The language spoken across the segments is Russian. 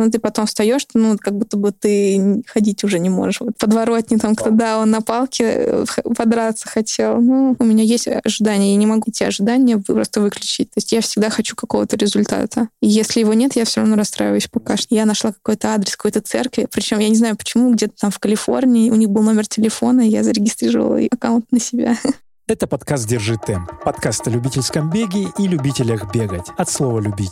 но ты потом встаешь, как будто бы ты ходить уже не можешь. Вот подворотни там кто-то, он на палке подраться хотел. У меня есть ожидания, я не могу эти ожидания просто выключить. То есть я всегда хочу какого-то результата. И если его нет, я все равно расстраиваюсь пока что. Я нашла какой-то адрес какой-то церкви, причем я не знаю почему, где-то там в Калифорнии, у них был номер телефона, и я зарегистрировала аккаунт на себя. Это подкаст «Держи темп». Подкаст о любительском беге и любителях бегать. От слова «любить».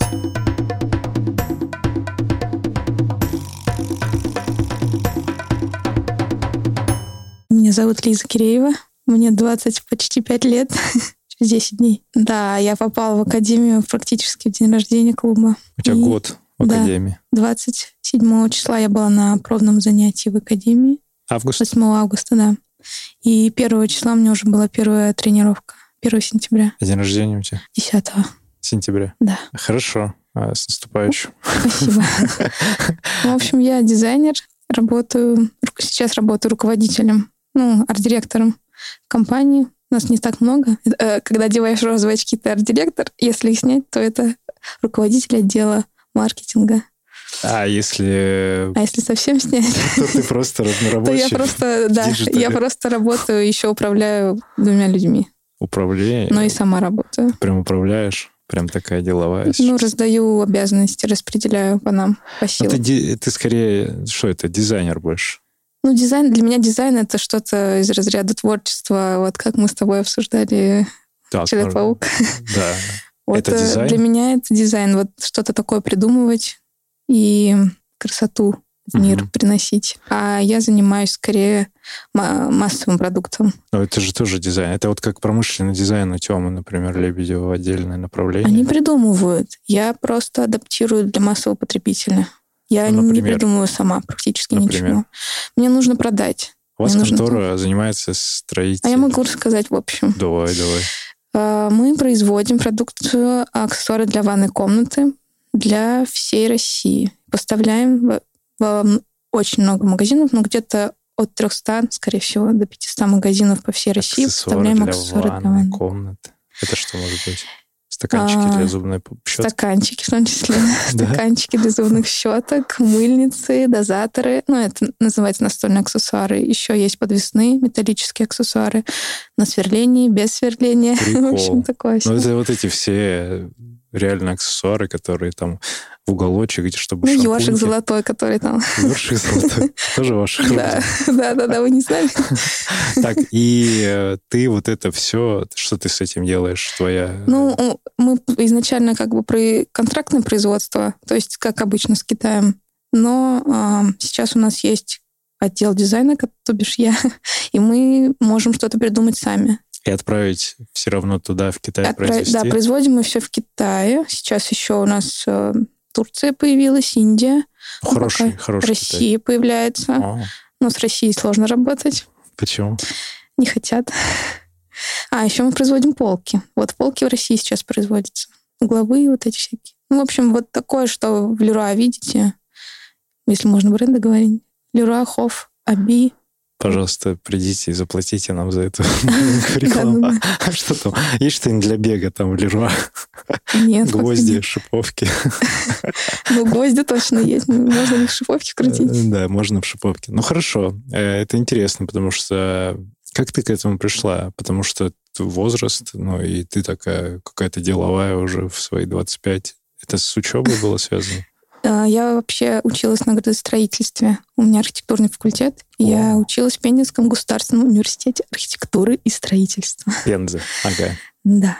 Меня зовут Лиза Киреева. Мне 20 почти 5 лет. Через 10 дней. Да, я попала в академию практически в день рождения клуба. У тебя год в академии? 27 числа я была на пробном занятии в академии. Август? 8 августа, да. И 1 числа у меня уже была первая тренировка. 1 сентября. А день рождения у тебя? 10 сентября. Да. Хорошо. С наступающим. Спасибо. В общем, я дизайнер. Сейчас работаю руководителем, арт-директором компании. Нас не так много. Когда одеваешь розовые очки, ты арт-директор. Если их снять, то это руководитель отдела маркетинга. А если совсем снять, то ты просто разнорабочий. То я просто работаю, еще управляю 2 людьми. Управление? Но и сама работаю. Ты прям управляешь? Прям такая деловая? Раздаю обязанности, распределяю по нам, по силам. Ты скорее, что это, дизайнер больше? Для меня дизайн — это что-то из разряда творчества, вот как мы с тобой обсуждали Человек-паук. Да. Это дизайн? Для меня это дизайн. Вот что-то такое придумывать и красоту в мир приносить. А я занимаюсь скорее массовым продуктом. Но это же тоже дизайн. Это вот как промышленный дизайн у Тёмы, например, Лебедева, отдельное направление. Они придумывают. Я просто адаптирую для массового потребителя. Я не придумываю сама практически ничего. Мне нужно продать. У вас контора занимается строительством. А я могу рассказать в общем. Давай. Мы производим продукцию, аксессуары для ванной комнаты для всей России. Поставляем в очень много магазинов, где-то от 300, скорее всего, до 500 магазинов по всей России. Поставляем аксессуары для ванной комнаты. Это что может быть? Стаканчики для зубной щетки? Стаканчики, в том числе. Стаканчики для зубных щеток, мыльницы, дозаторы. Это называется настольные аксессуары. Еще есть подвесные металлические аксессуары на сверлении, без сверления. Прикол. В общем, такое. Это вот эти все реально аксессуары, которые там в уголочек, где чтобы шампуньки. Ёршик золотой, который там. Ёршик золотой. Тоже ваших рук. Да, вы не знали? Так, и ты вот это все, что ты с этим делаешь? Твоя... Мы изначально контрактное производство, то есть как обычно с Китаем. Но сейчас у нас есть отдел дизайна, то бишь я, и мы можем что-то придумать сами. И отправить все равно туда, в Китай, произвести? Да, производим мы все в Китае. Сейчас еще у нас Турция появилась, Индия. Хороший Россия Китай. Появляется. Но с Россией сложно работать. Почему? Не хотят. Еще мы производим полки. Вот полки в России сейчас производятся. Угловые вот эти всякие. В общем, вот такое, что в Леруа видите, если можно бренды говорить. Леруа, Хофф, Аби. Пожалуйста, придите и заплатите нам за эту рекламу. А что там? Есть что-нибудь для бега там в Леруа? Нет. Гвозди, шиповки. Гвозди точно есть. Можно в них шиповки крутить. Да, можно в шиповке. Хорошо. Это интересно, потому что... Как ты к этому пришла? Потому что возраст, и ты такая какая-то деловая уже в свои 25. Это с учебой было связано? Я вообще училась на градостроительстве. У меня архитектурный факультет. Я училась в Пензенском государственном университете архитектуры и строительства. Пенза, ага. Да.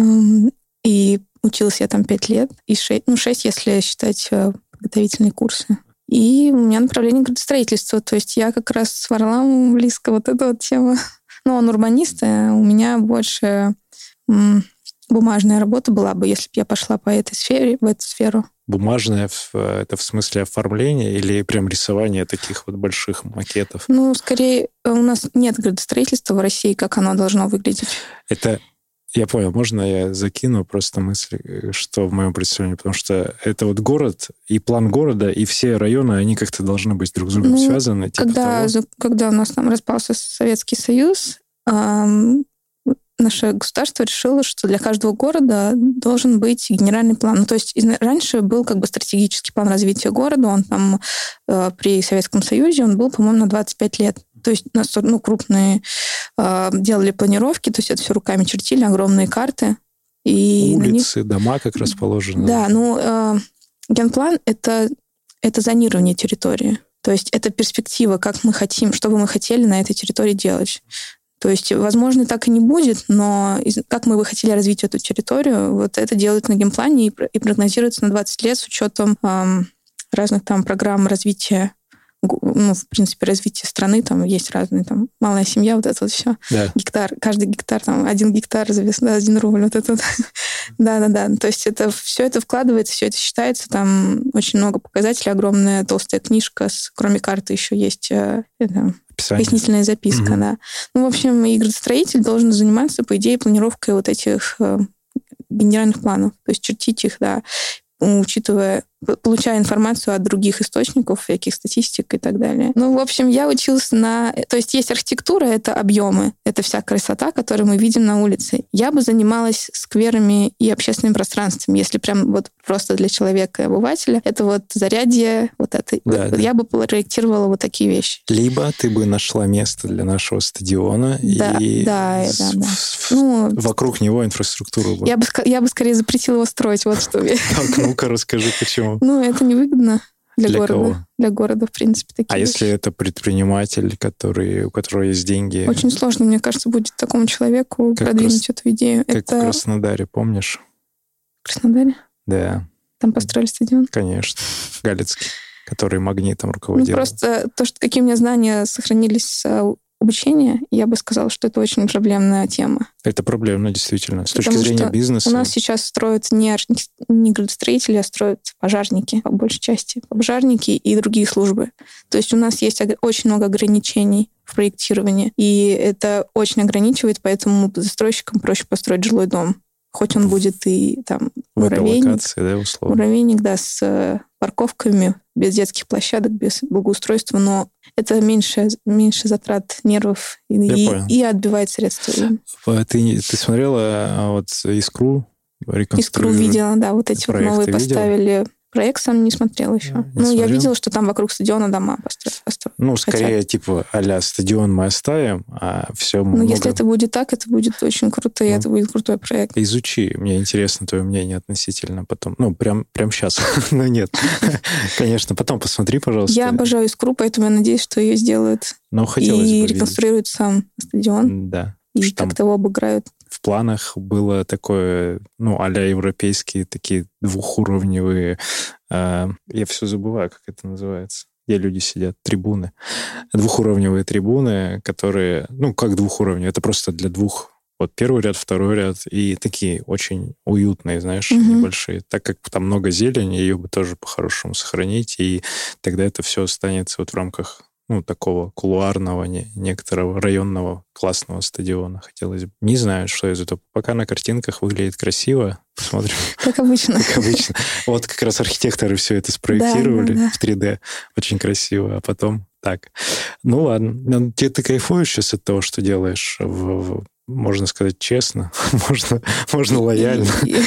И училась я там 5 лет. И 6, если считать подготовительные курсы. И у меня направление градостроительства. То есть я как раз с Варламовым близко вот эта вот тема. Он урбанист, а у меня больше бумажная работа была бы, если бы я пошла по этой сфере, в эту сферу. Бумажная это в смысле оформления или прям рисование таких вот больших макетов? Скорее, у нас нет градостроительства в России, как оно должно выглядеть. Это... Я понял, можно я закину просто мысль, что в моем представлении? Потому что это вот город, и план города, и все районы, они как-то должны быть друг с другом связаны. Когда у нас там распался Советский Союз, наше государство решило, что для каждого города должен быть генеральный план. Ну, то есть раньше был как бы стратегический план развития города, он там при Советском Союзе, он был, по-моему, на 25 лет. То есть крупные делали планировки, то есть это все руками чертили, огромные карты. И улицы, дома как расположены. Да, генплан — это зонирование территории. То есть это перспектива, как мы хотим, что бы мы хотели на этой территории делать. То есть, возможно, так и не будет, но как мы бы хотели развить эту территорию, вот это делают на генплане и прогнозируется на 20 лет с учетом разных там программ развития, в принципе, развитие страны, там есть разные, там, малая семья, вот это вот все. Да. Гектар, каждый гектар, там, 1 гектар, 1 рубль, вот это вот. Да. То есть все это вкладывается, все это считается, там очень много показателей, огромная толстая книжка, кроме карты еще есть пояснительная записка, да. В общем, и градостроитель должен заниматься, по идее, планировкой вот этих генеральных планов, то есть чертить их, да, получая информацию от других источников, всяких статистик и так далее. В общем, я училась То есть есть архитектура, это объемы, это вся красота, которую мы видим на улице. Я бы занималась скверами и общественными пространствами, если прям вот просто для человека и обывателя. Это вот зарядье, вот это. Да. Я бы проектировала вот такие вещи. Либо ты бы нашла место для нашего стадиона и вокруг него инфраструктуру бы. Я бы скорее запретила его строить, вот что. Так, ну-ка, расскажи, почему. Это невыгодно для города. Кого? Для города, в принципе, такие вещи. Если это предприниматель, у которого есть деньги? Очень сложно, мне кажется, будет такому человеку продвинуть эту идею. Как в Краснодаре, помнишь? В Краснодаре? Да. Там построили стадион? Конечно. Галицкий, который «Магнитом» руководил. Просто то, что какие у меня знания сохранились с обучения, я бы сказала, что это очень проблемная тема. Это проблемно, действительно. С точки зрения бизнеса. У нас сейчас строят не градостроители, а строят пожарники, по большей части. Пожарники и другие службы. То есть у нас есть очень много ограничений в проектировании, и это очень ограничивает, поэтому застройщикам проще построить жилой дом. Хоть он будет и там муравейник, да, с парковками, без детских площадок, без благоустройства, но это меньше затрат нервов и отбивает средства. Ты смотрела вот «Искру»? «Искру» видела, да, вот эти вот новые поставили. Проект сам не смотрела еще. Я видела, что там вокруг стадиона дома построят. Скорее, типа, а-ля стадион мы оставим, а все мы если это будет так, это будет очень круто, и это будет крутой проект. Изучи. Мне интересно твое мнение относительно потом. Прям сейчас. Но нет. Конечно, потом посмотри, пожалуйста. Я обожаю «Искру», поэтому я надеюсь, что ее сделают. И реконструируют сам стадион. Да. И как-то его обыграют. В планах было такое, а-ля европейские такие двухуровневые, я все забываю, как это называется, где люди сидят, трибуны. Двухуровневые трибуны, которые, как двухуровневые, это просто для двух, вот первый ряд, второй ряд, и такие очень уютные, знаешь, небольшие. Так как там много зелени, ее бы тоже по-хорошему сохранить, и тогда это все останется вот в рамках такого кулуарного, некоторого районного классного стадиона. Хотелось бы. Не знаю, что из этого. Пока на картинках выглядит красиво. Посмотрим. Как обычно. Как обычно. Вот как раз архитекторы все это спроектировали в 3D. Очень красиво. А потом так. Ладно. Ты кайфуешь сейчас от того, что делаешь можно сказать, честно, можно лояльно.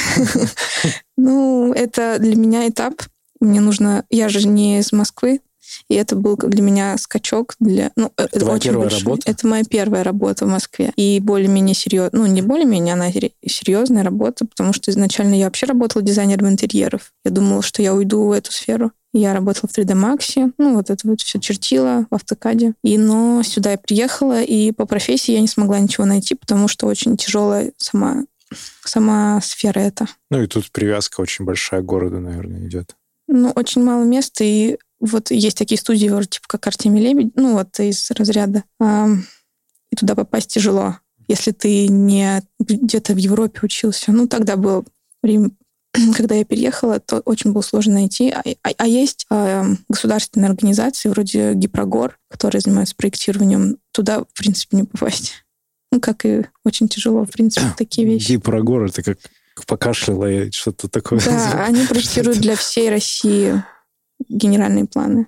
Это для меня этап. Мне нужно... Я же не из Москвы. И это был для меня скачок для... это твоя первая работа? Это моя первая работа в Москве. И более-менее серьезная... не более-менее, она серьезная работа, потому что изначально я вообще работала дизайнером интерьеров. Я думала, что я уйду в эту сферу. Я работала в 3D Max, вот это вот все чертила в автокаде. Но сюда я приехала, и по профессии я не смогла ничего найти, потому что очень тяжелая сама сфера эта. И тут привязка очень большая к городу, наверное, идет. Очень мало места, и вот есть такие студии, вроде типа как «Артемий Лебедь», из разряда. И туда попасть тяжело, если ты не где-то в Европе учился. Тогда было время, когда я переехала, то очень было сложно найти. А есть государственные организации, вроде Гипрогор, которые занимаются проектированием. Туда, в принципе, не попасть. Как и очень тяжело, в принципе, такие вещи. Гипрогор — это как покашляла я что-то такое. Да, они проектируют для всей России генеральные планы.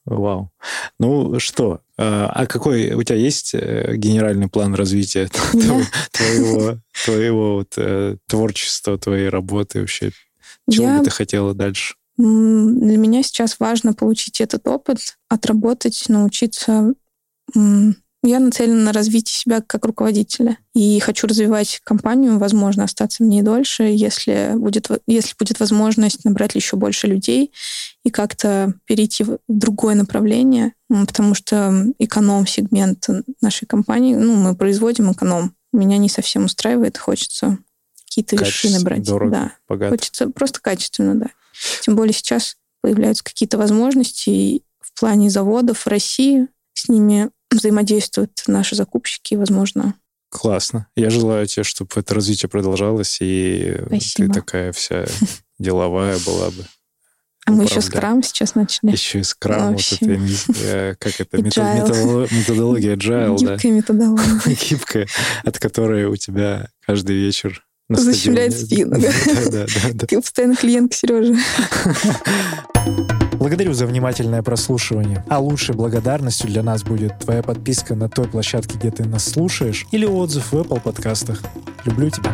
Вау. Ну что, а какой у тебя есть генеральный план развития твоего вот, творчества, твоей работы вообще? Чего бы ты хотела дальше? Для меня сейчас важно получить этот опыт, отработать, научиться. Я нацелена на развитие себя как руководителя. И хочу развивать компанию, возможно, остаться в ней дольше, если будет возможность набрать еще больше людей и как-то перейти в другое направление, потому что эконом-сегмент нашей компании, мы производим эконом. Меня не совсем устраивает, хочется какие-то вершины брать. Дорого, богато. Хочется просто качественно, да. Тем более сейчас появляются какие-то возможности в плане заводов в России, с ними взаимодействуют наши закупщики, возможно. Классно. Я желаю тебе, чтобы это развитие продолжалось, и Спасибо. Ты такая вся деловая была бы. А мы еще скрам сейчас начали. Еще и скрам. Вот это, как это? Методология agile, да? Гибкая методология. Гибкая, от которой у тебя каждый вечер защемляет спину. Да. Ты постоянно клиентка, Сережа. Благодарю за внимательное прослушивание. А лучшей благодарностью для нас будет твоя подписка на той площадке, где ты нас слушаешь, или отзыв в Apple подкастах. Люблю тебя.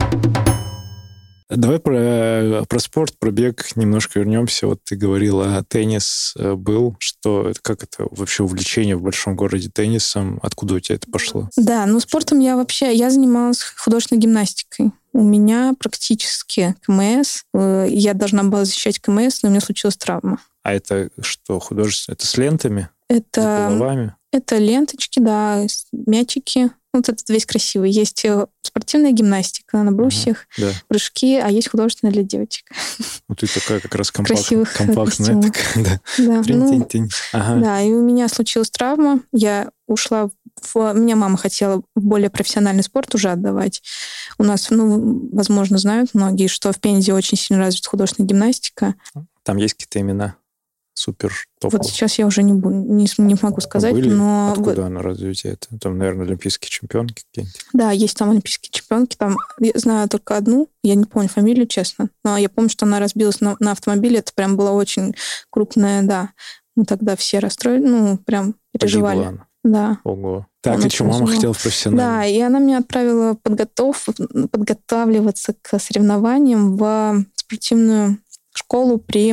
Давай про спорт, про бег немножко вернемся. Вот ты говорила, теннис был. Как это вообще увлечение в большом городе теннисом? Откуда у тебя это пошло? Да, спортом я занималась художественной гимнастикой. У меня практически КМС. Я должна была защищать КМС, но у меня случилась травма. А это что, художественно? Это с лентами? Это, с головами? Это ленточки, да, мячики. Вот этот весь красивый. Есть спортивная гимнастика на брусьях, прыжки, а есть художественная для девочек. Вот ты такая как раз компактная такая, да. Да, и у меня случилась травма. Я ушла меня мама хотела в более профессиональный спорт уже отдавать. У нас, возможно, знают многие, что в Пензе очень сильно развита художественная гимнастика. Там есть какие-то имена? Супер топовые. Вот сейчас я уже не могу сказать, но... Откуда оно развитие? Это там, наверное, олимпийские чемпионки какие-нибудь? Да, есть там олимпийские чемпионки. Там я знаю только одну, я не помню фамилию, честно, но я помню, что она разбилась на автомобиле. Это прям была очень крупная, да. Мы тогда все расстроились, прям переживали. Погибла она. Да. Ого. Так, и что, мама хотела в профессиональном? Да, и она меня отправила подготавливаться к соревнованиям в спортивную школу при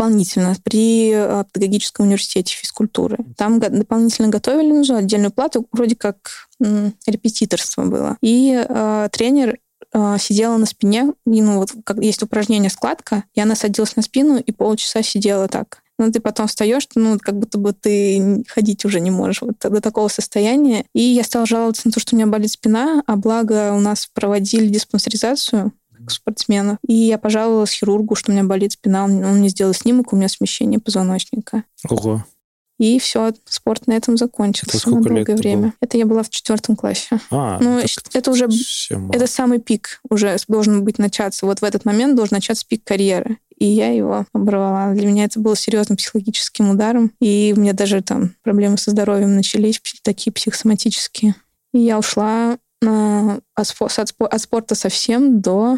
педагогическом университете физкультуры. Там дополнительно готовили за отдельную плату, вроде как репетиторство было. И тренер сидела на спине, как есть упражнение складка, и она садилась на спину и полчаса сидела так. Ты потом встаешь, как будто бы ты ходить уже не можешь до такого состояния. И я стала жаловаться на то, что у меня болит спина, а благо у нас проводили диспансеризацию спортсменов. И я пожаловалась хирургу, что у меня болит спина. Он мне сделал снимок, у меня смещение позвоночника. Ого. И все, спорт на этом закончился. Это сколько на лет долгое время. было? Это я была в 4 классе. Это уже это самый пик уже должен быть начаться. Вот в этот момент должен начаться пик карьеры. И я его оборвала. Для меня это было серьезным психологическим ударом. И у меня даже там проблемы со здоровьем начались, такие психосоматические. И я ушла от спорта совсем до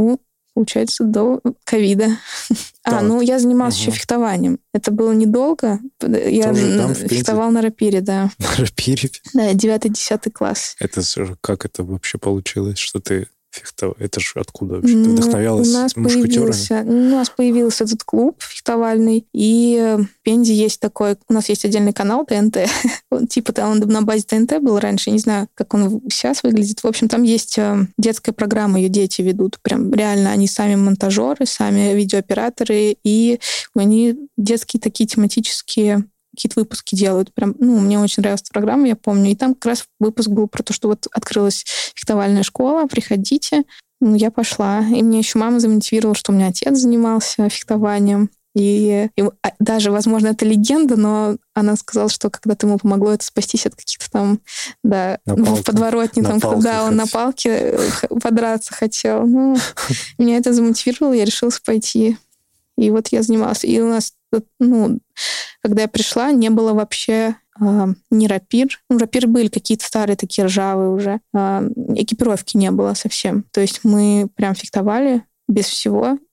ковида. Я занималась еще фехтованием. Это было недолго. Я фехтовала на рапире, да. На рапире? Да, 9-10 класс. Как это вообще получилось, что ты фехтовала? Это же откуда вообще? Ты вдохновлялась мушкетерами? У нас появился этот клуб фехтовальный, и в Пензе есть такой... У нас есть отдельный канал ТНТ. Типа он на базе ТНТ был раньше. Не знаю, как он сейчас выглядит. В общем, там есть детская программа, ее дети ведут. Прям реально они сами монтажеры, сами видеооператоры, и они детские такие тематические какие-то выпуски делают. Прям, мне очень нравилась эта программа, я помню. И там как раз выпуск был про то, что вот открылась фехтовальная школа, приходите. Я пошла. И мне еще мама замотивировала, что у меня отец занимался фехтованием. И даже, возможно, это легенда, но она сказала, что когда-то ему помогло это спастись от каких-то там, в подворотне, когда он на палке подраться хотел. Меня это замотивировало, я решила пойти. И вот я занималась. И у нас, когда я пришла, не было вообще ни рапир. Рапиры были какие-то старые, такие ржавые уже. Экипировки не было совсем. То есть мы прям фехтовали без всего.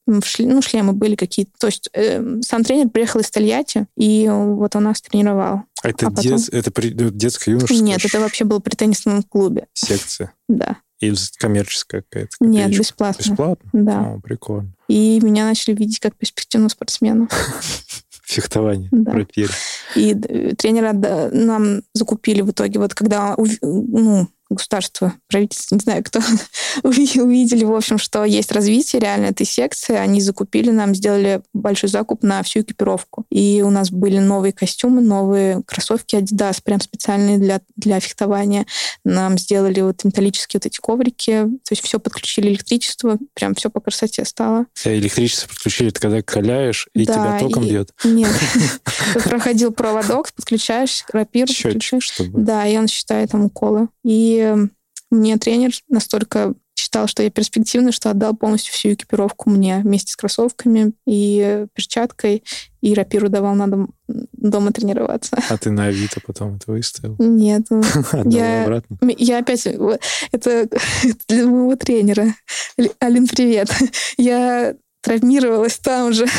шлемы были какие-то. То есть сам тренер приехал из Тольятти, и вот он нас тренировал. А это детско-юношеская? Нет, это вообще было при теннисном клубе. Секция? Да. И коммерческая какая-то? Нет, бесплатно. Бесплатно? Да. О, прикольно. И меня начали видеть как перспективного спортсмена. Фехтование. Да. Пропели. И тренера нам закупили в итоге, вот когда государство, правительство, не знаю кто, увидели, в общем, что есть развитие реально этой секции, они закупили нам, сделали большой закуп на всю экипировку. И у нас были новые костюмы, новые кроссовки Adidas, прям специальные для фехтования. Нам сделали вот металлические вот эти коврики, то есть все подключили электричество, прям все по красоте стало. Электричество подключили, ты когда каляешь, и тебя током бьет? Нет. Проходил проводок, подключаешь рапиру. Счетчик, чтобы... Да, и он считает там уколы. И мне тренер настолько считал, что я перспективна, что отдал полностью всю экипировку мне вместе с кроссовками и перчаткой, и рапиру давал, надо дома тренироваться. А ты на Авито потом это выставил? Нет. Обратно? Я опять... Это для моего тренера. Алин, привет. Я травмировалась там же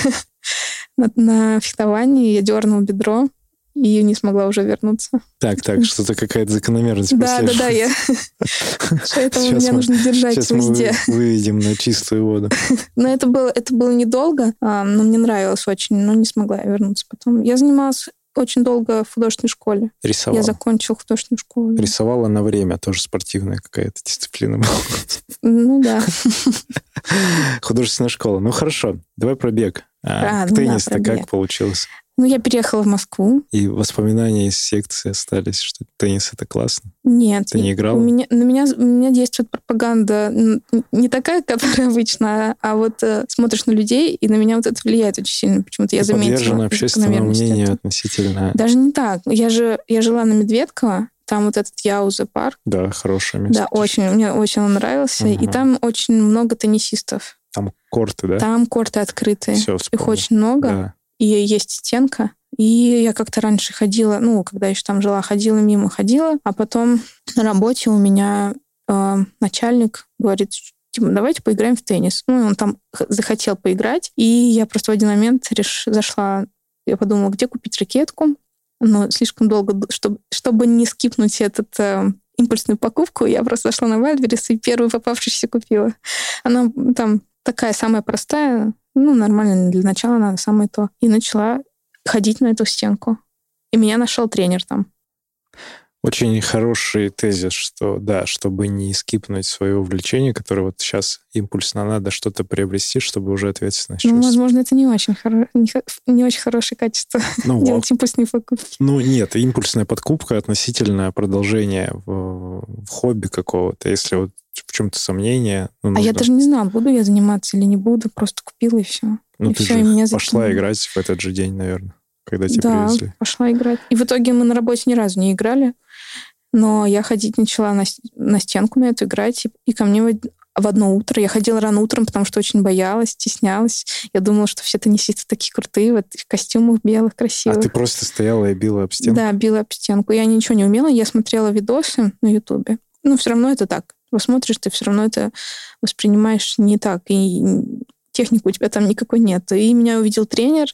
на фехтовании, я дернула бедро и не смогла уже вернуться. Так, что-то какая-то закономерность. Да, поэтому меня нужно держать везде. Сейчас мы выведем на чистую воду. Но это было недолго, но мне нравилось очень, но не смогла я вернуться потом. Я занималась очень долго в художественной школе. Рисовала? Я закончила художественную школу. Рисовала на время, тоже спортивная какая-то дисциплина была. Ну да. Художественная школа. Ну хорошо, давай про бег. Теннис-то как получилось? Я переехала в Москву. И воспоминания из секции остались, что теннис — это классно? Нет. Ты не играла? У меня действует пропаганда не такая, которая обычно, а вот смотришь на людей, и на меня вот это влияет очень сильно. Почему-то я заметила. Подвержена общественному мнению относительно... Даже не так. Я жила на Медведково, там вот этот Яуза парк. Да, хорошее место. Да, мне очень он нравился. И там очень много теннисистов. Там корты, да? Там корты открытые. Все, их очень много. Да. И есть стенка. И я как-то раньше ходила, когда еще там жила, ходила, а потом на работе у меня начальник говорит, Тима, давайте поиграем в теннис. Он там захотел поиграть, и я просто в один момент зашла, я подумала, где купить ракетку, но слишком долго, чтобы не скипнуть импульсную покупку, я просто зашла на Вайлдберрис и первую попавшуюся купила. Она там такая самая простая, нормально для начала надо самое то. И начала ходить на эту стенку. И меня нашел тренер там. Очень хороший тезис, что да, чтобы не скипнуть свое увлечение, которое вот сейчас импульсно надо что-то приобрести, чтобы уже ответственно чувствовать. Возможно, это не очень хорошее качество делать импульсные покупки. Нет, импульсная подкупка относительно продолжения в хобби какого-то. Если вот в чем-то сомнения... я даже не знала, буду я заниматься или не буду, просто купила и все. Ты же пошла играть в этот же день, наверное, когда тебя привезли. Да, пошла играть. И в итоге мы на работе ни разу не играли, но я ходить начала на стенку на эту играть, и ко мне в одно утро. Я ходила рано утром, потому что очень боялась, стеснялась. Я думала, что все теннисисты такие крутые, вот в костюмах белых, красивых. А ты просто стояла и била об стенку? Да, била об стенку. Я ничего не умела, я смотрела видосы на Ютубе. Все равно это так. Смотришь, ты все равно это воспринимаешь не так, и техники у тебя там никакой нет. И меня увидел тренер,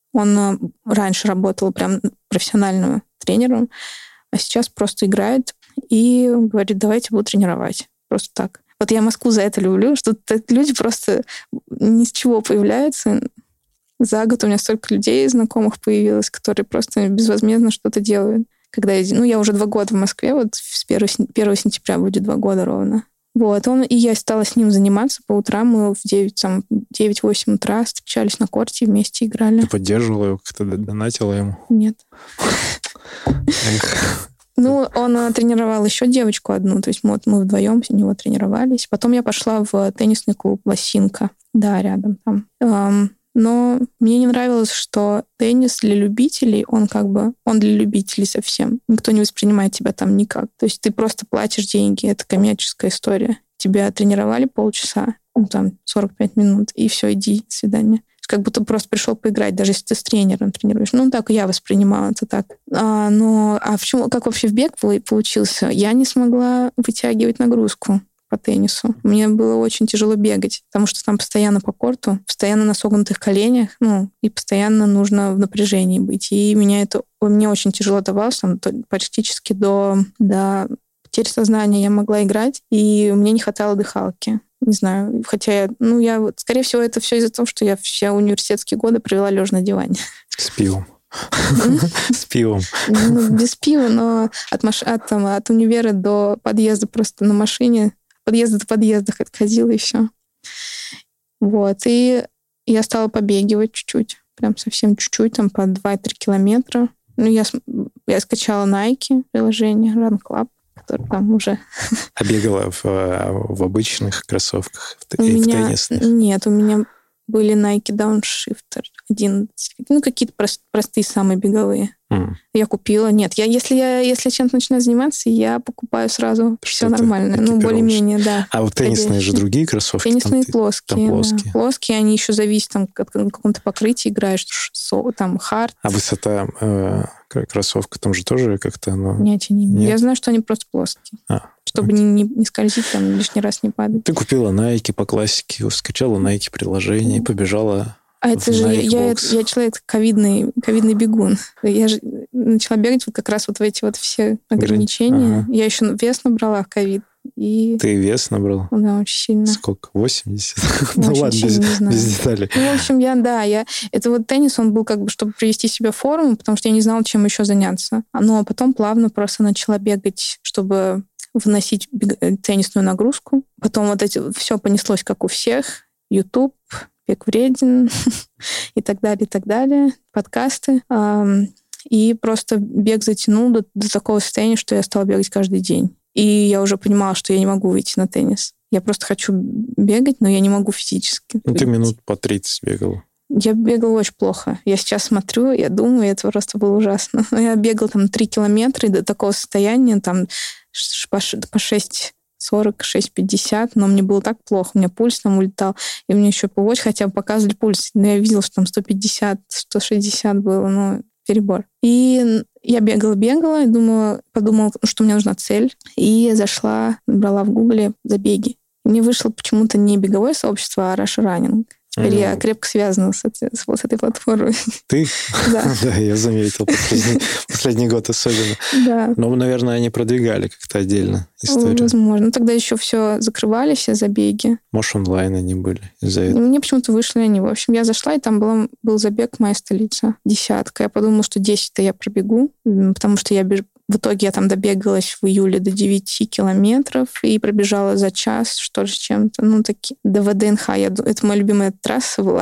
он раньше работал прям профессиональным тренером, а сейчас просто играет и говорит, давайте буду тренировать. Просто так. Вот я Москву за это люблю, что люди просто ни с чего появляются. За год у меня столько людей знакомых появилось, которые просто безвозмездно что-то делают. Когда я уже 2 года в Москве, вот с 1 сентября будет 2 года ровно. И я стала с ним заниматься по утрам. Мы в 9-8 утра встречались на корте, вместе играли. Ты поддерживала его, как-то донатила ему? Нет. Он тренировал еще девочку одну, то есть мы вдвоем с него тренировались. Потом я пошла в теннисный клуб «Лосинка». Да, рядом там. Но мне не нравилось, что теннис для любителей, он для любителей совсем. Никто не воспринимает тебя там никак. То есть ты просто платишь деньги, это коммерческая история. Тебя тренировали полчаса, 45 минут, и все, иди, до свидания. Как будто просто пришел поиграть, даже если ты с тренером тренируешь. Так я воспринимала это так. Как вообще в бег получился? Я не смогла вытягивать нагрузку. по теннису. Мне было очень тяжело бегать, потому что там постоянно по корту, постоянно на согнутых коленях, и постоянно нужно в напряжении быть. И мне очень тяжело давалось, там, практически до потери сознания я могла играть, и мне не хватало дыхалки. Не знаю, хотя скорее всего, это все из-за того, что я все университетские годы провела лежа на диване. С пивом. С пивом. Без пива, но от универа до подъезда просто на машине, подъезда до подъезда ходила, и все. Вот. И я стала побегивать чуть-чуть, прям совсем чуть-чуть, там по 2-3 километра. Я скачала Nike приложение Run Club, который там уже... А бегала в обычных кроссовках, в теннисных? Нет, у меня были Nike Downshifter 11. Какие-то простые самые беговые. Я купила. Нет, если чем-то начинаю заниматься, я покупаю сразу все нормальное. Более-менее, да. А вот теннисные же другие кроссовки? Теннисные плоские. Там плоские. Да. Плоские, они еще зависят, там, от каком-то покрытии играешь, там, хард. А высота кроссовка там же тоже как-то... Нет, я знаю, что они просто плоские. Чтобы не скользить, там, лишний раз не падать. Ты купила Nike по классике, скачала Nike приложение и побежала. А это же я человек ковидный бегун. Я же начала бегать вот как раз вот в эти вот все ограничения. Я еще вес набрала в ковид. Ты вес набрала? Да, очень сильно. Сколько? 80? Ну ладно, без деталей. В общем, это вот теннис, он был как бы, чтобы привести себя в форму, потому что я не знала, чем еще заняться. Но потом плавно просто начала бегать, чтобы вносить теннисную нагрузку. Потом вот все понеслось, как у всех. YouTube, бег вреден и так далее, подкасты. И просто бег затянул до такого состояния, что я стала бегать каждый день. И я уже понимала, что я не могу выйти на теннис. Я просто хочу бегать, но я не могу физически. Ты минут по 30 бегала. Я бегала очень плохо. Я сейчас смотрю, я думаю, это просто было ужасно. Я бегала там 3 километра, и до такого состояния там по 6:40, 6:50, но мне было так плохо, у меня пульс там улетал, и мне еще по watch хотя бы показывали пульс, но я видела, что там 150, 160 было, перебор. И я бегала, и подумала, что мне нужна цель, и набрала в Гугле забеги. И мне вышло почему-то не беговое сообщество, а Rush Running. Теперь я крепко связана с этой платформой. Ты? Да. Да, я заметил. Последний год особенно. Да. Но, наверное, они продвигали как-то отдельно историю. Возможно. Тогда еще все закрывали, все забеги. Может, онлайн они были из-за этого? Мне почему-то вышли они. В общем, я зашла, и там был забег «Моя столица». 10. Я подумала, что 10-то я пробегу, потому что в итоге я там добегалась в июле до 9 километров и пробежала за час, что же чем-то. До ВДНХ. Это моя любимая трасса была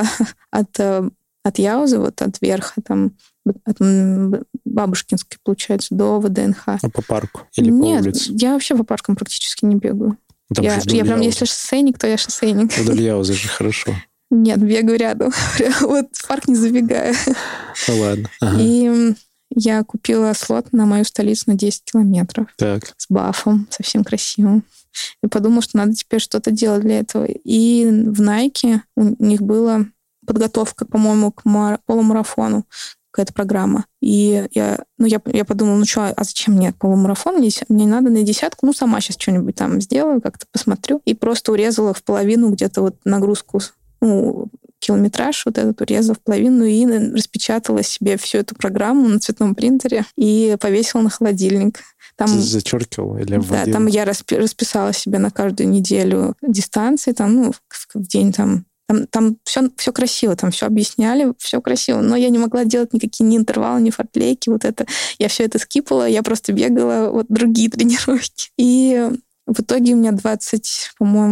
от Яузы, вот от верха, там, от Бабушкинской, получается, до ВДНХ. А по парку или по улице? Нет, я вообще по паркам практически не бегаю. Я прям, если шоссейник, то я шоссейник. Вдоль Яузы же хорошо. Нет, бегаю рядом. Вот в парк не забегаю. Ну ладно. И я купила слот на мою столицу на 10 километров. Так. С бафом, совсем красивым. И подумала, что надо теперь что-то делать для этого. И в Nike у них была подготовка, по-моему, к полумарафону, какая-то программа. И я подумала, а зачем мне полумарафон? Мне надо на 10, сама сейчас что-нибудь там сделаю, как-то посмотрю. И просто урезала в половину где-то вот нагрузку, километраж вот этот урезала в половину и распечатала себе всю эту программу на цветном принтере и повесила на холодильник. Там, зачеркивала или вводила? Да, там я расписала себе на каждую неделю дистанции, там, в день там все красиво, там все объясняли, все красиво, но я не могла делать никакие ни интервалы, ни фортлейки, вот это. Я все это скипала, я просто бегала вот другие тренировки. И в итоге у меня 6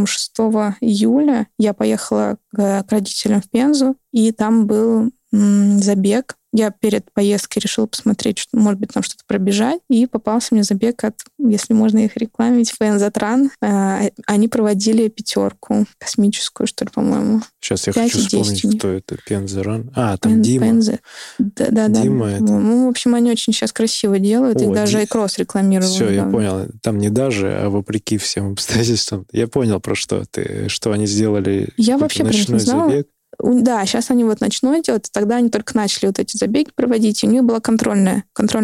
июля я поехала к родителям в Пензу, и там был забег. Я перед поездкой решила посмотреть, что, может быть, там что-то пробежать, и попался мне забег если можно их рекламить, Пензатран. Они проводили 5 космическую, что ли, по-моему. Сейчас я хочу вспомнить, кто это. Пензаран. Там Дима. Да. Дима это. В общем, они очень сейчас красиво делают, их даже и кросс рекламировали. Все, я понял. Там не даже, а вопреки всем обстоятельствам. Я понял, про что ты, что они сделали. Я вообще про них не знала. Забег. Да, сейчас они вот ночной делают, тогда они только начали вот эти забеги проводить, и у них была контрольный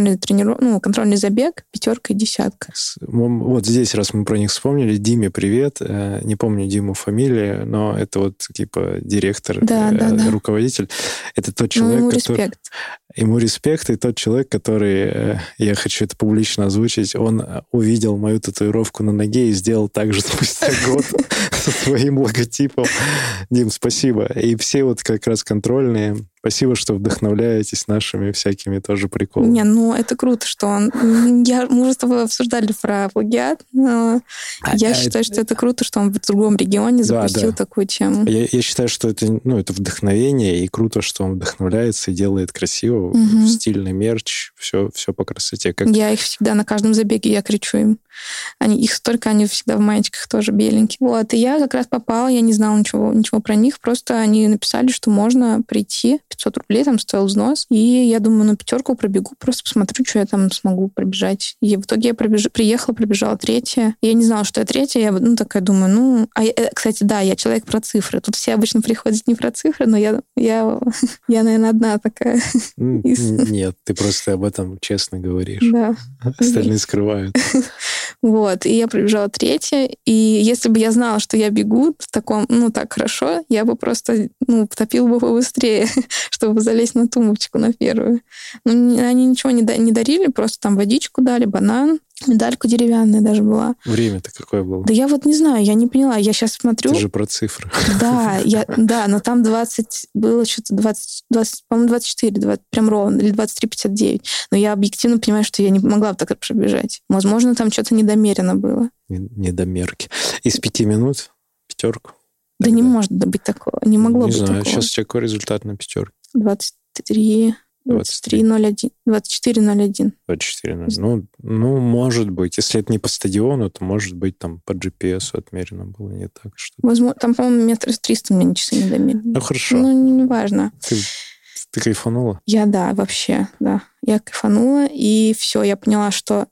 забег, 5 и 10. Вот здесь, раз мы про них вспомнили, Диме привет. Не помню Диму фамилии, но это вот типа директор, руководитель. Это тот человек, ему который... респект. Ему респект, и тот человек, который, я хочу это публично озвучить, он увидел мою татуировку на ноге и сделал так же спустя год со своим логотипом. Дим, спасибо. И все вот как раз контрольные. Спасибо, что вдохновляетесь нашими всякими тоже приколами. Не, это круто, что он... Мы уже с тобой обсуждали про плагиат, но я считаю, что это круто, что он в другом регионе запустил такую тему. Я считаю, что это вдохновение, и круто, что он вдохновляется и делает красиво, стильный мерч, все по красоте. Я их всегда на каждом забеге, я кричу им. Они всегда в маечках тоже беленькие. Вот, и я как раз попала, я не знала ничего про них, просто они написали, что можно прийти, 500 рублей там стоил взнос, и я думаю, на 5 пробегу, просто посмотрю, что я там смогу пробежать. И в итоге я приехала, пробежала 3-я. Я не знала, что я 3-я, я такая думаю, кстати, да, я человек про цифры. Тут все обычно приходят не про цифры, но я наверное, одна такая. Нет, ты просто об этом честно говоришь. Да. Остальные скрывают. Вот, и я пробежала 3-я, и если бы я знала, что я бегу в таком, так хорошо, я бы просто, потопила бы побыстрее, чтобы залезть на тумбочку на 1-ю. Но они ничего не дарили, просто там водичку дали, банан, медальку деревянная даже была. Время-то какое было? Да я вот не знаю, я не поняла. Я сейчас смотрю... Это же про цифры. Да, но там 20... Было что-то 20, по-моему, 24, прям ровно, или 23:59. Но я объективно понимаю, что я не могла бы так пробежать. Возможно, там что-то недомерено было. Недомерки. Из 5 минут 5? Да не может быть такого. Не могло быть такого. Не знаю, сейчас у тебя какой результат на 5? 23... 23:01. 24:01. 24:01. Может быть. Если это не по стадиону, то, может быть, там по GPS отмерено было не так. Что... Возможно, там, по-моему, 300 мне часы не домерили. Хорошо. Не важно. Ты кайфанула? Вообще. Я кайфанула, и все, я поняла, что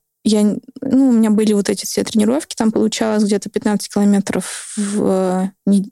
у меня были вот эти все тренировки, там получалось где-то 15 километров в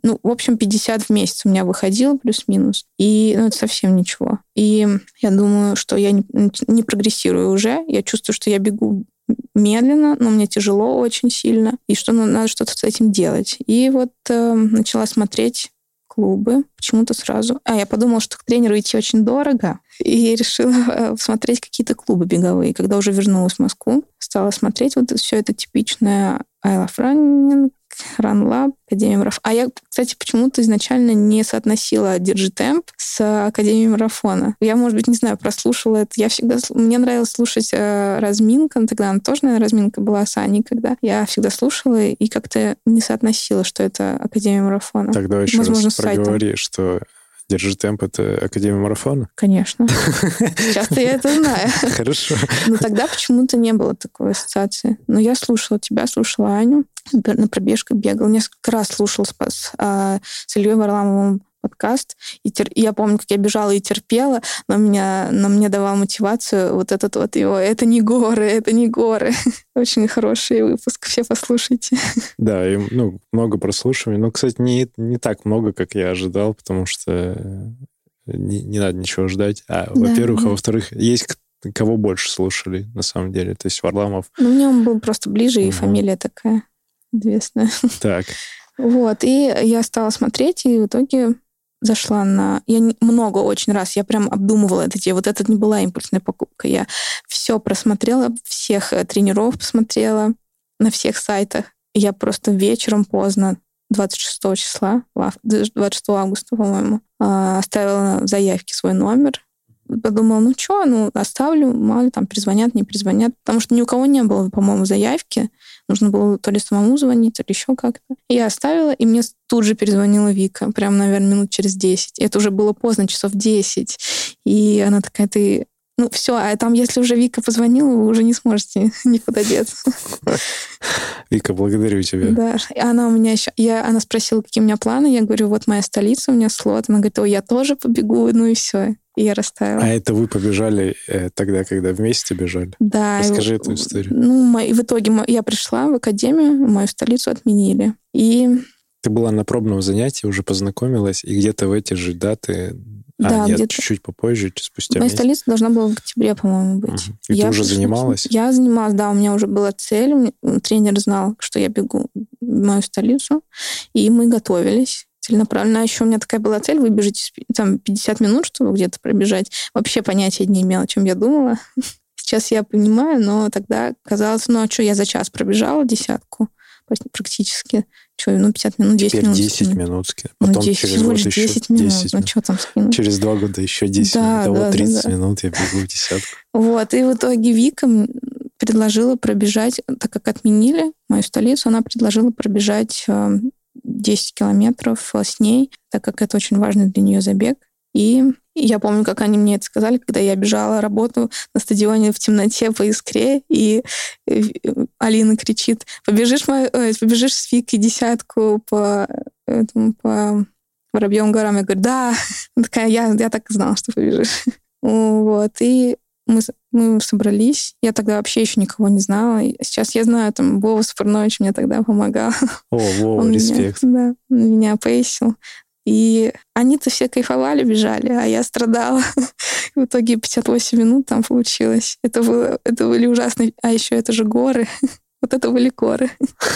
50 в месяц у меня выходило, плюс-минус. И это совсем ничего. И я думаю, что я не прогрессирую уже. Я чувствую, что я бегу медленно, но мне тяжело очень сильно, и что надо что-то с этим делать. И вот начала смотреть клубы почему-то сразу. Я подумала, что к тренеру идти очень дорого, и решила смотреть какие-то клубы беговые. Когда уже вернулась в Москву, стала смотреть вот все это типичное I Love Running, Run Lab, Академия марафона. Я, кстати, почему-то изначально не соотносила «Держи темп» с Академией марафона. Я, может быть, не знаю, прослушала это. Мне нравилось слушать разминка. Тогда она тоже, наверное, разминка была с Аней, когда я всегда слушала и как-то не соотносила, что это Академия марафона. Тогда еще раз проговори, что «Держи темп» — это Академия марафона? Конечно. Сейчас-то я это знаю. Хорошо. Но тогда почему-то не было такой ассоциации. Но я слушала тебя, слушала Аню, на пробежках бегала. Несколько раз слушала с Ильей Варламовым подкаст. И я помню, как я бежала и терпела, но мне давал мотивацию вот этот вот его «Это не горы, это не горы». Очень хороший выпуск, все послушайте. Да, и много прослушиваний. Но, кстати, не так много, как я ожидал, потому что не надо ничего ждать. Во-первых, а во-вторых, есть кого больше слушали, на самом деле. То есть Варламов... мне он был просто ближе, и фамилия такая известная. Так. Вот, и я стала смотреть, и в итоге зашла на... много очень раз, я прям обдумывала это дело. Вот это не была импульсная покупка. Я все просмотрела, всех тренеров посмотрела на всех сайтах. Я просто вечером поздно, 26 числа, 26 августа, по-моему, оставила в заявке свой номер. Подумала, оставлю, мало ли там перезвонят, не перезвонят. Потому что ни у кого не было, по-моему, заявки. Нужно было то ли самому звонить, то ли еще как-то. И я оставила, и мне тут же перезвонила Вика. Прям, наверное, минут через 10. Это уже было поздно, часов 10. И она такая, все, а там, если уже Вика позвонила, вы уже не сможете никуда деться. Вика, благодарю тебя. Да, и она у меня еще... Она спросила, какие у меня планы. Я говорю, вот моя столица, у меня слот. Она говорит, я тоже побегу, и все. И я расставила. А это вы побежали тогда, когда вместе бежали? Да. Расскажи эту историю. И в итоге я пришла в академию, мою столицу отменили. И... Ты была на пробном занятии, уже познакомилась, и где-то в эти же даты... Да, нет, где-то чуть-чуть попозже, спустя моя месяц. столица должна была в октябре, по-моему, быть. И ты уже занималась? Я занималась, да, у меня уже была цель. Тренер знал, что я бегу в мою столицу, и мы готовились целенаправленно. А еще у меня такая была цель выбежать там 50 минут, чтобы где-то пробежать. Вообще понятия не имела, о чем я думала. Сейчас я понимаю, но тогда казалось, а что, я за час пробежала десятку практически. 50 минут, 10 Теперь минут. 10 минут. Потом 10, через год еще 10 минут. 10 минут. Что там скинуть? Через 2 года еще 10 минут. А вот 30 минут я бегу в десятку. Вот. И в итоге Вика предложила пробежать, так как отменили мою столицу, она предложила пробежать 10 километров с ней, так как это очень важный для нее забег. И я помню, как они мне это сказали, когда я бежала работу на стадионе в темноте по искре, и Алина кричит: побежишь с Викой десятку по Воробьевым горам? Я говорю: да. Она такая: я так и знала, что побежишь. Вот. И мы собрались. Я тогда вообще еще никого не знала. Сейчас я знаю, там Вова Сапарнович мне тогда помогал. О, Вова, респект. Он меня поясил. И они-то все кайфовали, бежали, а я страдала. В итоге 58 минут там получилось. Это были ужасные... А еще это же горы. Вот это были горы.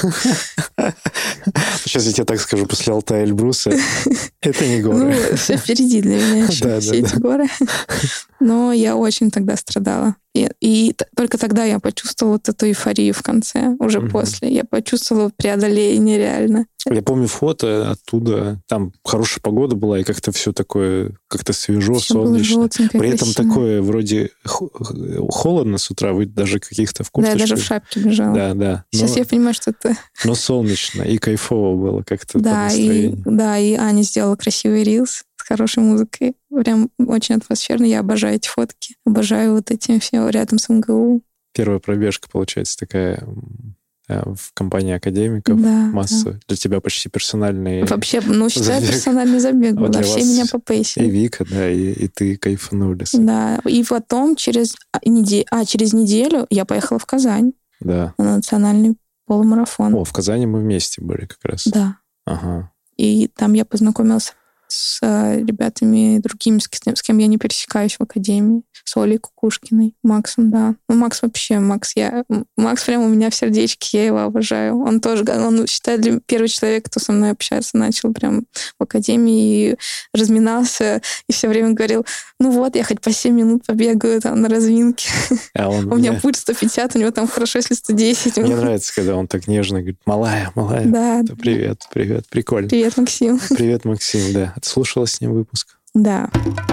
Сейчас я тебе так скажу, после Алтая Эльбруса это не горы. Все впереди для меня еще, все эти горы. Но я очень тогда страдала. И только тогда я почувствовала вот эту эйфорию в конце, уже после. Я почувствовала преодоление реально. Я помню фото оттуда. Там хорошая погода была, и как-то все такое, как-то свежо, всё солнечно. При этом красиво. такое вроде холодно с утра, вы даже каких-то в курточках. Да, я даже в шапке бежала. Да. Сейчас я понимаю, что это... Но солнечно и кайфово было как-то по Да, настроению. и Аня сделала красивый рилс с хорошей музыкой. Прям очень атмосферно. Я обожаю эти фотки. Обожаю вот эти все рядом с МГУ. Первая пробежка, получается, такая в компании академиков. Масса. Да. Для тебя почти персональный вообще, считай, персональный забег был. Вот все меня попейсили. И Вика, да, и ты кайфанули. Да, и потом через неделю я поехала в Казань. Да. На национальный полумарафон. О, в Казани мы вместе были как раз. Да. Ага. И там я познакомилась с ребятами другими, с кем я не пересекаюсь в академии. С Олей Кукушкиной, Максом, да. Макс прям у меня в сердечке, я его обожаю. Он считает, первый человек, кто со мной общаться начал прям в академии, и разминался, и все время говорил: я хоть по 7 минут побегаю там на разминке. У меня пульс 150, у него там хорошо, если 110. Мне нравится, когда он так нежно говорит: малая. Да. Привет, прикольно. Привет, Максим. Привет, Максим, да. Слушала с ним выпуск? Да.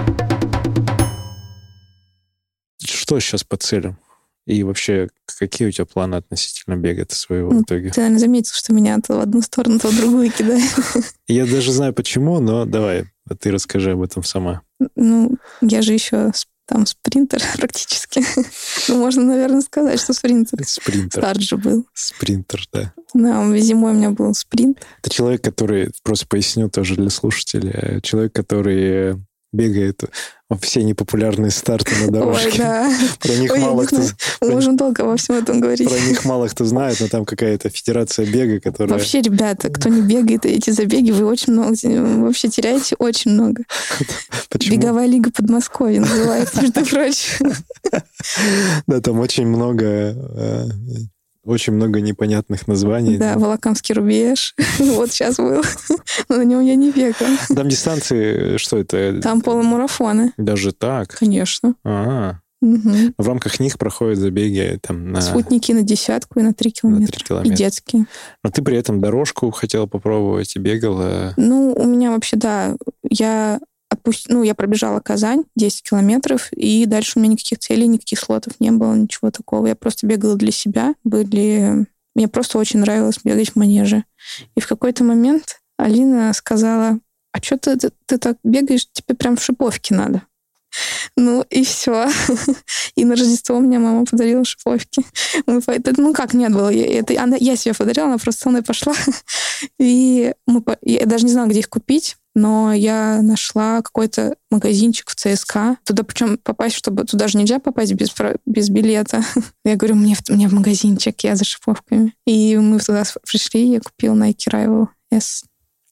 Что сейчас по целям? И вообще, какие у тебя планы относительно бега-то своего в итоге? Ты, наверное, заметил, что меня то в одну сторону, то в другую кидает. Я даже знаю почему, но давай, ты расскажи об этом сама. Я же еще там спринтер практически. Можно, наверное, сказать, что спринтер. Старт же был. Спринтер, да. Да, зимой у меня был спринт. Это человек, который, просто поясню тоже для слушателей, человек, который бегает все непопулярные старты на дорожке. Ой, да. Про них мало кто... Мы можем долго во всем этом говорить. Про них мало кто знает, но там какая-то федерация бега, которая... Вообще, ребята, кто не бегает, эти забеги, вы очень много вообще теряете, очень много. Почему? Беговая лига Подмосковья называется, между прочим. Да, там очень много непонятных названий. Да, Волоколамский рубеж. Вот сейчас был. Но на нем я не бегала. Там дистанции, что это? Там полумарафоны. Даже так? Конечно. Угу. В рамках них проходят забеги там на... Спутники на 10 и на 3 километра. И детские. Но ты при этом дорожку хотела попробовать и бегала? У меня вообще, да. Я пробежала Казань 10 километров, и дальше у меня никаких целей, никаких слотов не было, ничего такого. Я просто бегала для себя. Мне просто очень нравилось бегать в манеже. И в какой-то момент Алина сказала: а что ты так бегаешь, тебе прям в шиповке надо. И все. И на Рождество мне мама подарила шиповки. Как нет было. Я себе подарила, она просто со мной пошла. И я даже не знала, где их купить, но я нашла какой-то магазинчик в ЦСКА. Туда причем попасть, туда же нельзя попасть без билета. Я говорю: мне в магазинчик, я за шиповками. И мы туда пришли, я купила Nike Rival S.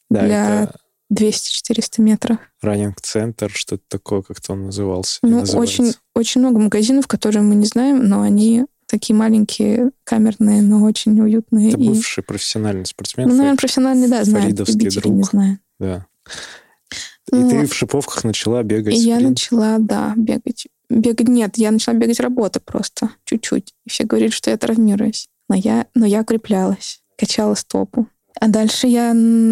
Да, для это 200-400 метров. раннинг-центр, что-то такое, как-то он назывался. Ну, называется. очень много магазинов, которые мы не знаем, но они такие маленькие, камерные, но очень уютные. Это бывший профессиональный спортсмен. Ну, наверное, профессиональный, да, знает. Фаридовский Любители друг. не знаю. Да. Ну, и ты в шиповках начала бегать И я спринт? начала, да, бегать. Нет, я начала бегать работы просто, чуть-чуть. И все говорили, что я травмируюсь. Но я укреплялась, качала стопу. А дальше я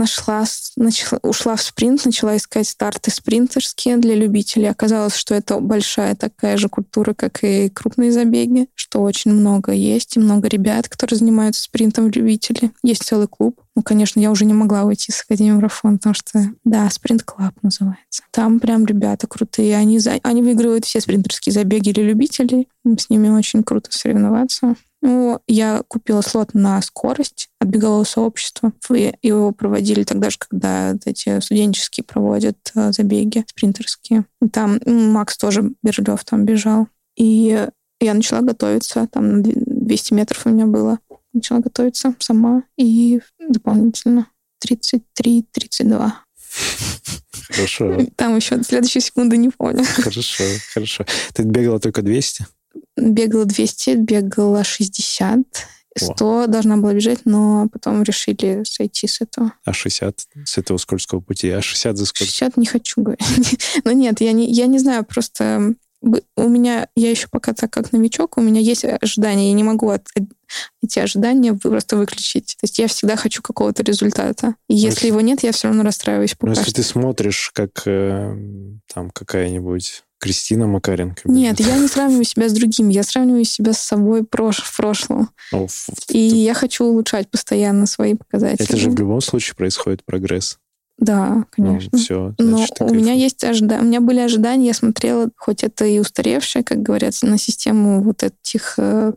ушла в спринт, начала искать старты спринтерские для любителей. Оказалось, что это большая такая же культура, как и крупные забеги, что очень много есть, и много ребят, которые занимаются спринтом в любители. Есть целый клуб. Ну, конечно, я уже не могла уйти с Академии марафона, потому что, да, спринт-клаб называется. Там прям ребята крутые. Они выигрывают все спринтерские забеги для любителей. С ними очень круто соревноваться. Ну, я купила слот на скорость от бегового сообщества. Его проводили тогда же, когда эти студенческие проводят забеги спринтерские. Там Макс тоже Берлёв там бежал. И я начала готовиться. Там на 200 метров у меня было. Начала готовиться сама. И дополнительно 33-32. Хорошо. Там еще следующие секунды не помню. Хорошо. Ты бегала только 200? Бегала 200, бегала 60. 100 должна была бежать, но потом решили сойти с этого. А 60 с этого скользкого пути? А 60 за сколько? 60 не хочу говорить. Но нет, я не знаю, просто у меня, я еще пока так как новичок, у меня есть ожидания, я не могу эти ожидания просто выключить. То есть я всегда хочу какого-то результата. И если его нет, я все равно расстраиваюсь пока. Но если ты смотришь, как там какая-нибудь Кристина Макаренко. Нет, я не сравниваю себя с другими, я сравниваю себя с собой в прошлом. И я хочу улучшать постоянно свои показатели. Это же в любом случае происходит прогресс. Да, конечно. Ну, все, но у меня есть ожидания. У меня были ожидания, я смотрела, хоть это и устаревшее, как говорят, на систему вот этих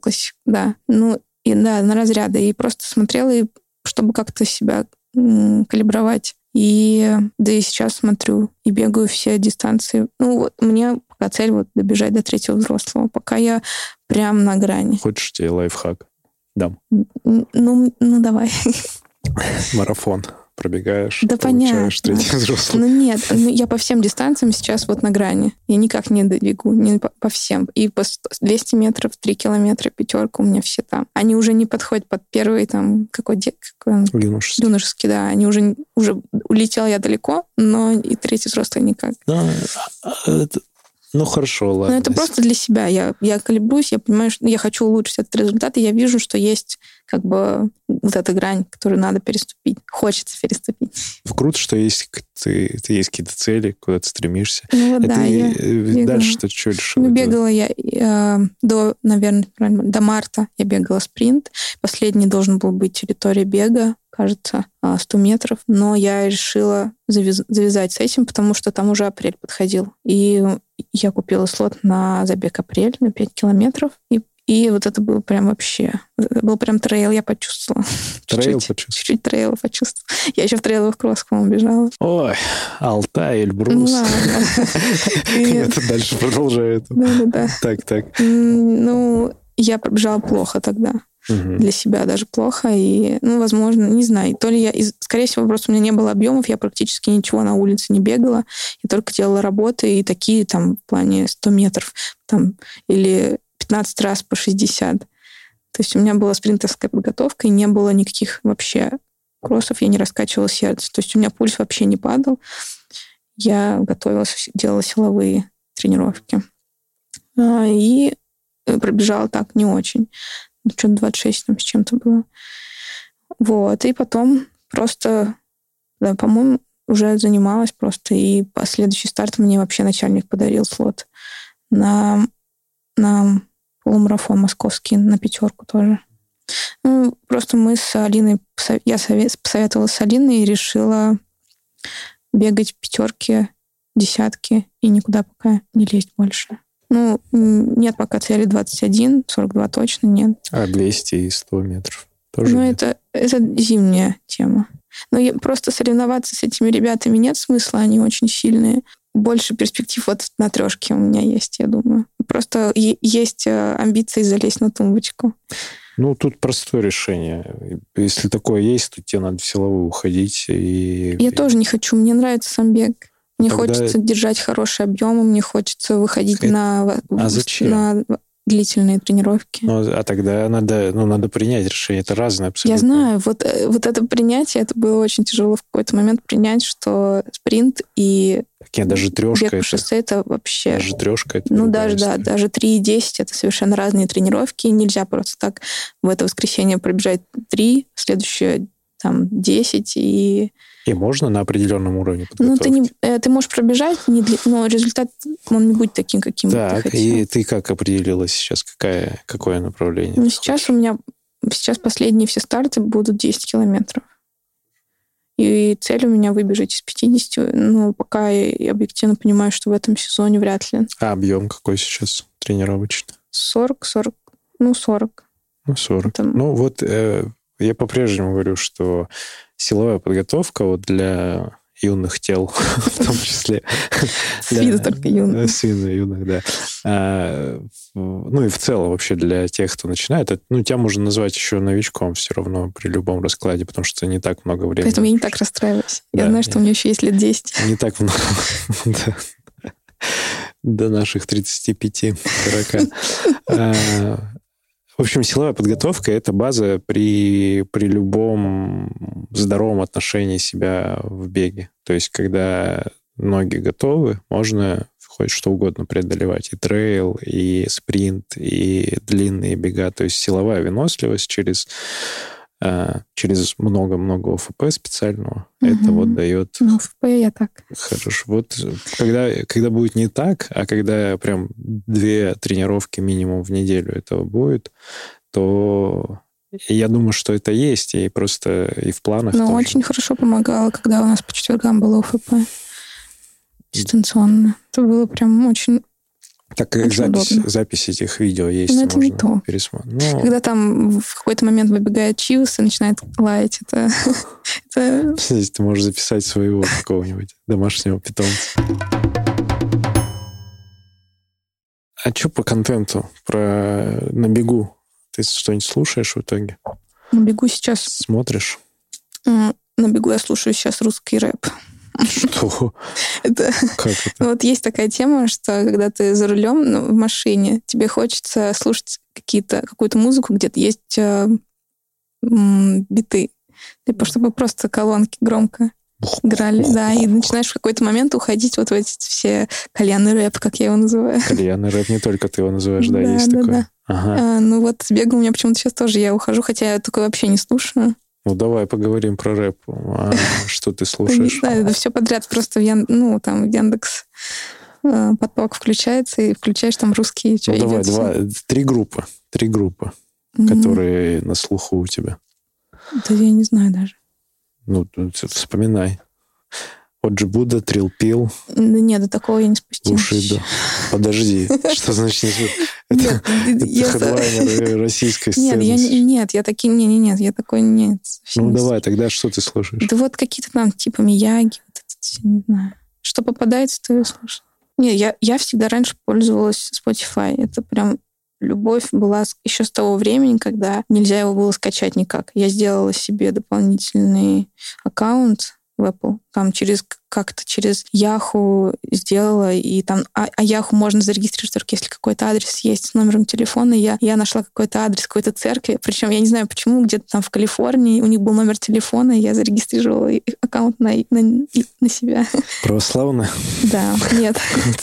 на разряды. И просто смотрела, чтобы как-то себя калибровать. И сейчас смотрю и бегаю все дистанции. Ну, вот мне пока цель добежать до 3-го взрослого, пока я прям на грани. Хочешь, тебе лайфхак дам? Ну давай. Марафон пробегаешь, да, получаешь понятно. 3-й взрослый. Ну нет, я по всем дистанциям сейчас на грани. Я никак не добегу, не по всем. И по 200 метров, 3 километра, 5 у меня все там. Они уже не подходят под первый там, какой юношеский, да. Они уже улетела я далеко, но и 3-й взрослый никак. Ну, хорошо, ладно. Но это просто для себя. Я калибруюсь, я понимаю, что я хочу улучшить этот результат, и я вижу, что есть как бы вот эта грань, которую надо переступить. Хочется переступить. Круто, что есть какие-то цели, куда ты стремишься. Ну, да, я дальше-то что решила? Ну, бегала я до марта я бегала спринт. Последний должен был быть территория бега, кажется, 100 метров. Но я решила завязать с этим, потому что там уже апрель подходил. И я купила слот на забег апрель на 5 километров. И вот это было прям вообще... Это был прям трейл, я почувствовала. Трейл почувствовала? Чуть-чуть трейл почувствовала. Я еще в трейловых кроссах, по-моему, бежала. Ой, Алтай, Эльбрус. Ну ладно. Это дальше продолжает. Да. Так. Ну, я пробежала плохо тогда. Для себя даже плохо. И, возможно, не знаю. То ли я... Скорее всего, просто у меня не было объемов, я практически ничего на улице не бегала. Я только делала работы и такие там в плане 100 метров там, или 15 раз по 60. То есть у меня была спринтерская подготовка, и не было никаких вообще кроссов, я не раскачивала сердце. То есть у меня пульс вообще не падал. Я готовилась, делала силовые тренировки. И пробежала так не очень. Что-то 26 там с чем-то было. Вот. И потом просто, да, по-моему, уже занималась просто. И последующий старт мне вообще начальник подарил слот на полумарафон московский, на 5 тоже. Просто мы с Алиной, я посоветовалась с Алиной и решила бегать 5, 10 и никуда пока не лезть больше. Нет пока цели 21, 42 точно нет. А 200 и 100 метров тоже нет? Это зимняя тема. Но просто соревноваться с этими ребятами нет смысла, они очень сильные. Больше перспектив на 3 у меня есть, я думаю. Просто есть амбиции залезть на тумбочку. Ну, тут простое решение. Если такое есть, то тебе надо в силовую уходить. Я тоже не хочу. Мне нравится сам бег. Мне хочется держать хорошие объемы, мне хочется выходить на длительные тренировки. А тогда надо принять решение. Это разное абсолютно. Я знаю. Вот это принятие, это было очень тяжело в какой-то момент принять, что спринт и даже трешка бег по шоссе это вообще... Даже трешка это даже 3 и 10 это совершенно разные тренировки. Нельзя просто так в это воскресенье пробежать 3, в следующее 10 и можно на определенном уровне подготовки? Ты можешь пробежать, но результат он не будет таким, каким бы ты хотел. И ты как определилась сейчас? Какое направление? Сейчас последние все старты будут 10 километров. И цель у меня выбежать из 50. Но пока я объективно понимаю, что в этом сезоне вряд ли. А объем какой сейчас тренировочный? 40. 40. 40. Я по-прежнему говорю, что силовая подготовка для юных тел, в том числе. С виду только юных. С виду юных, да. И в целом вообще для тех, кто начинает, тебя можно назвать еще новичком все равно при любом раскладе, потому что не так много времени. Поэтому я не так расстраиваюсь. Я знаю, что у меня еще есть лет 10. Не так много. До наших 35-40. В общем, силовая подготовка – это база при любом здоровом отношении себя в беге. То есть, когда ноги готовы, можно хоть что угодно преодолевать. И трейл, и спринт, и длинные бега. То есть силовая выносливость через много-много ОФП специального. Это дает... ОФП я так. Хорошо. Когда будет не так, а когда прям 2 тренировки минимум в неделю этого будет, то я думаю, что это есть, и просто и в планах. Но очень хорошо помогало, когда у нас по четвергам было ОФП дистанционно. Это было прям очень... Так как запись этих видео есть, но это можно не то. пересмотреть. Когда там в какой-то момент выбегает Чивс и начинает лаять, Здесь ты можешь записать своего какого-нибудь домашнего питомца. А что по контенту? На бегу? Ты что-нибудь слушаешь в итоге? На бегу сейчас... Смотришь? На бегу я слушаю сейчас русский рэп. Что? Как это? Вот есть такая тема, что когда ты за рулем в машине, тебе хочется слушать какую-то музыку, где-то есть биты, чтобы просто колонки громко играли. Да, и начинаешь в какой-то момент уходить вот в эти все кальянный рэп, как я его называю. Кальянный рэп, не только ты его называешь, да, есть такое? Да. Ага. С бегом у меня почему-то сейчас тоже я ухожу, хотя я такое вообще не слушаю. Давай поговорим про рэп. Что ты слушаешь? Не знаю, это все подряд. Просто Яндекс поток включается, и включаешь там русские. Давай. Три группы, которые на слуху у тебя. Да я не знаю даже. Вспоминай. Оджи Будда, Трил Пил. Да нет, до такого я не спустилась. Ушида. Подожди. Что значит не спустилась? Это хедлайнер российской сцены. Нет, я такой нет. Давай, тогда что ты слушаешь? Да какие-то там типа Мияги, не знаю. Что попадается, то я слушаю. Нет, я всегда раньше пользовалась Spotify. Это прям любовь была еще с того времени, когда нельзя его было скачать никак. Я сделала себе дополнительный аккаунт в Apple, там через Yahoo сделала, и там Yahoo можно зарегистрировать только если какой-то адрес есть с номером телефона. Я нашла какой-то адрес какой-то церкви, причем я не знаю почему, где-то там в Калифорнии у них был номер телефона, и я зарегистрировала аккаунт на себя. Православная? Да, нет.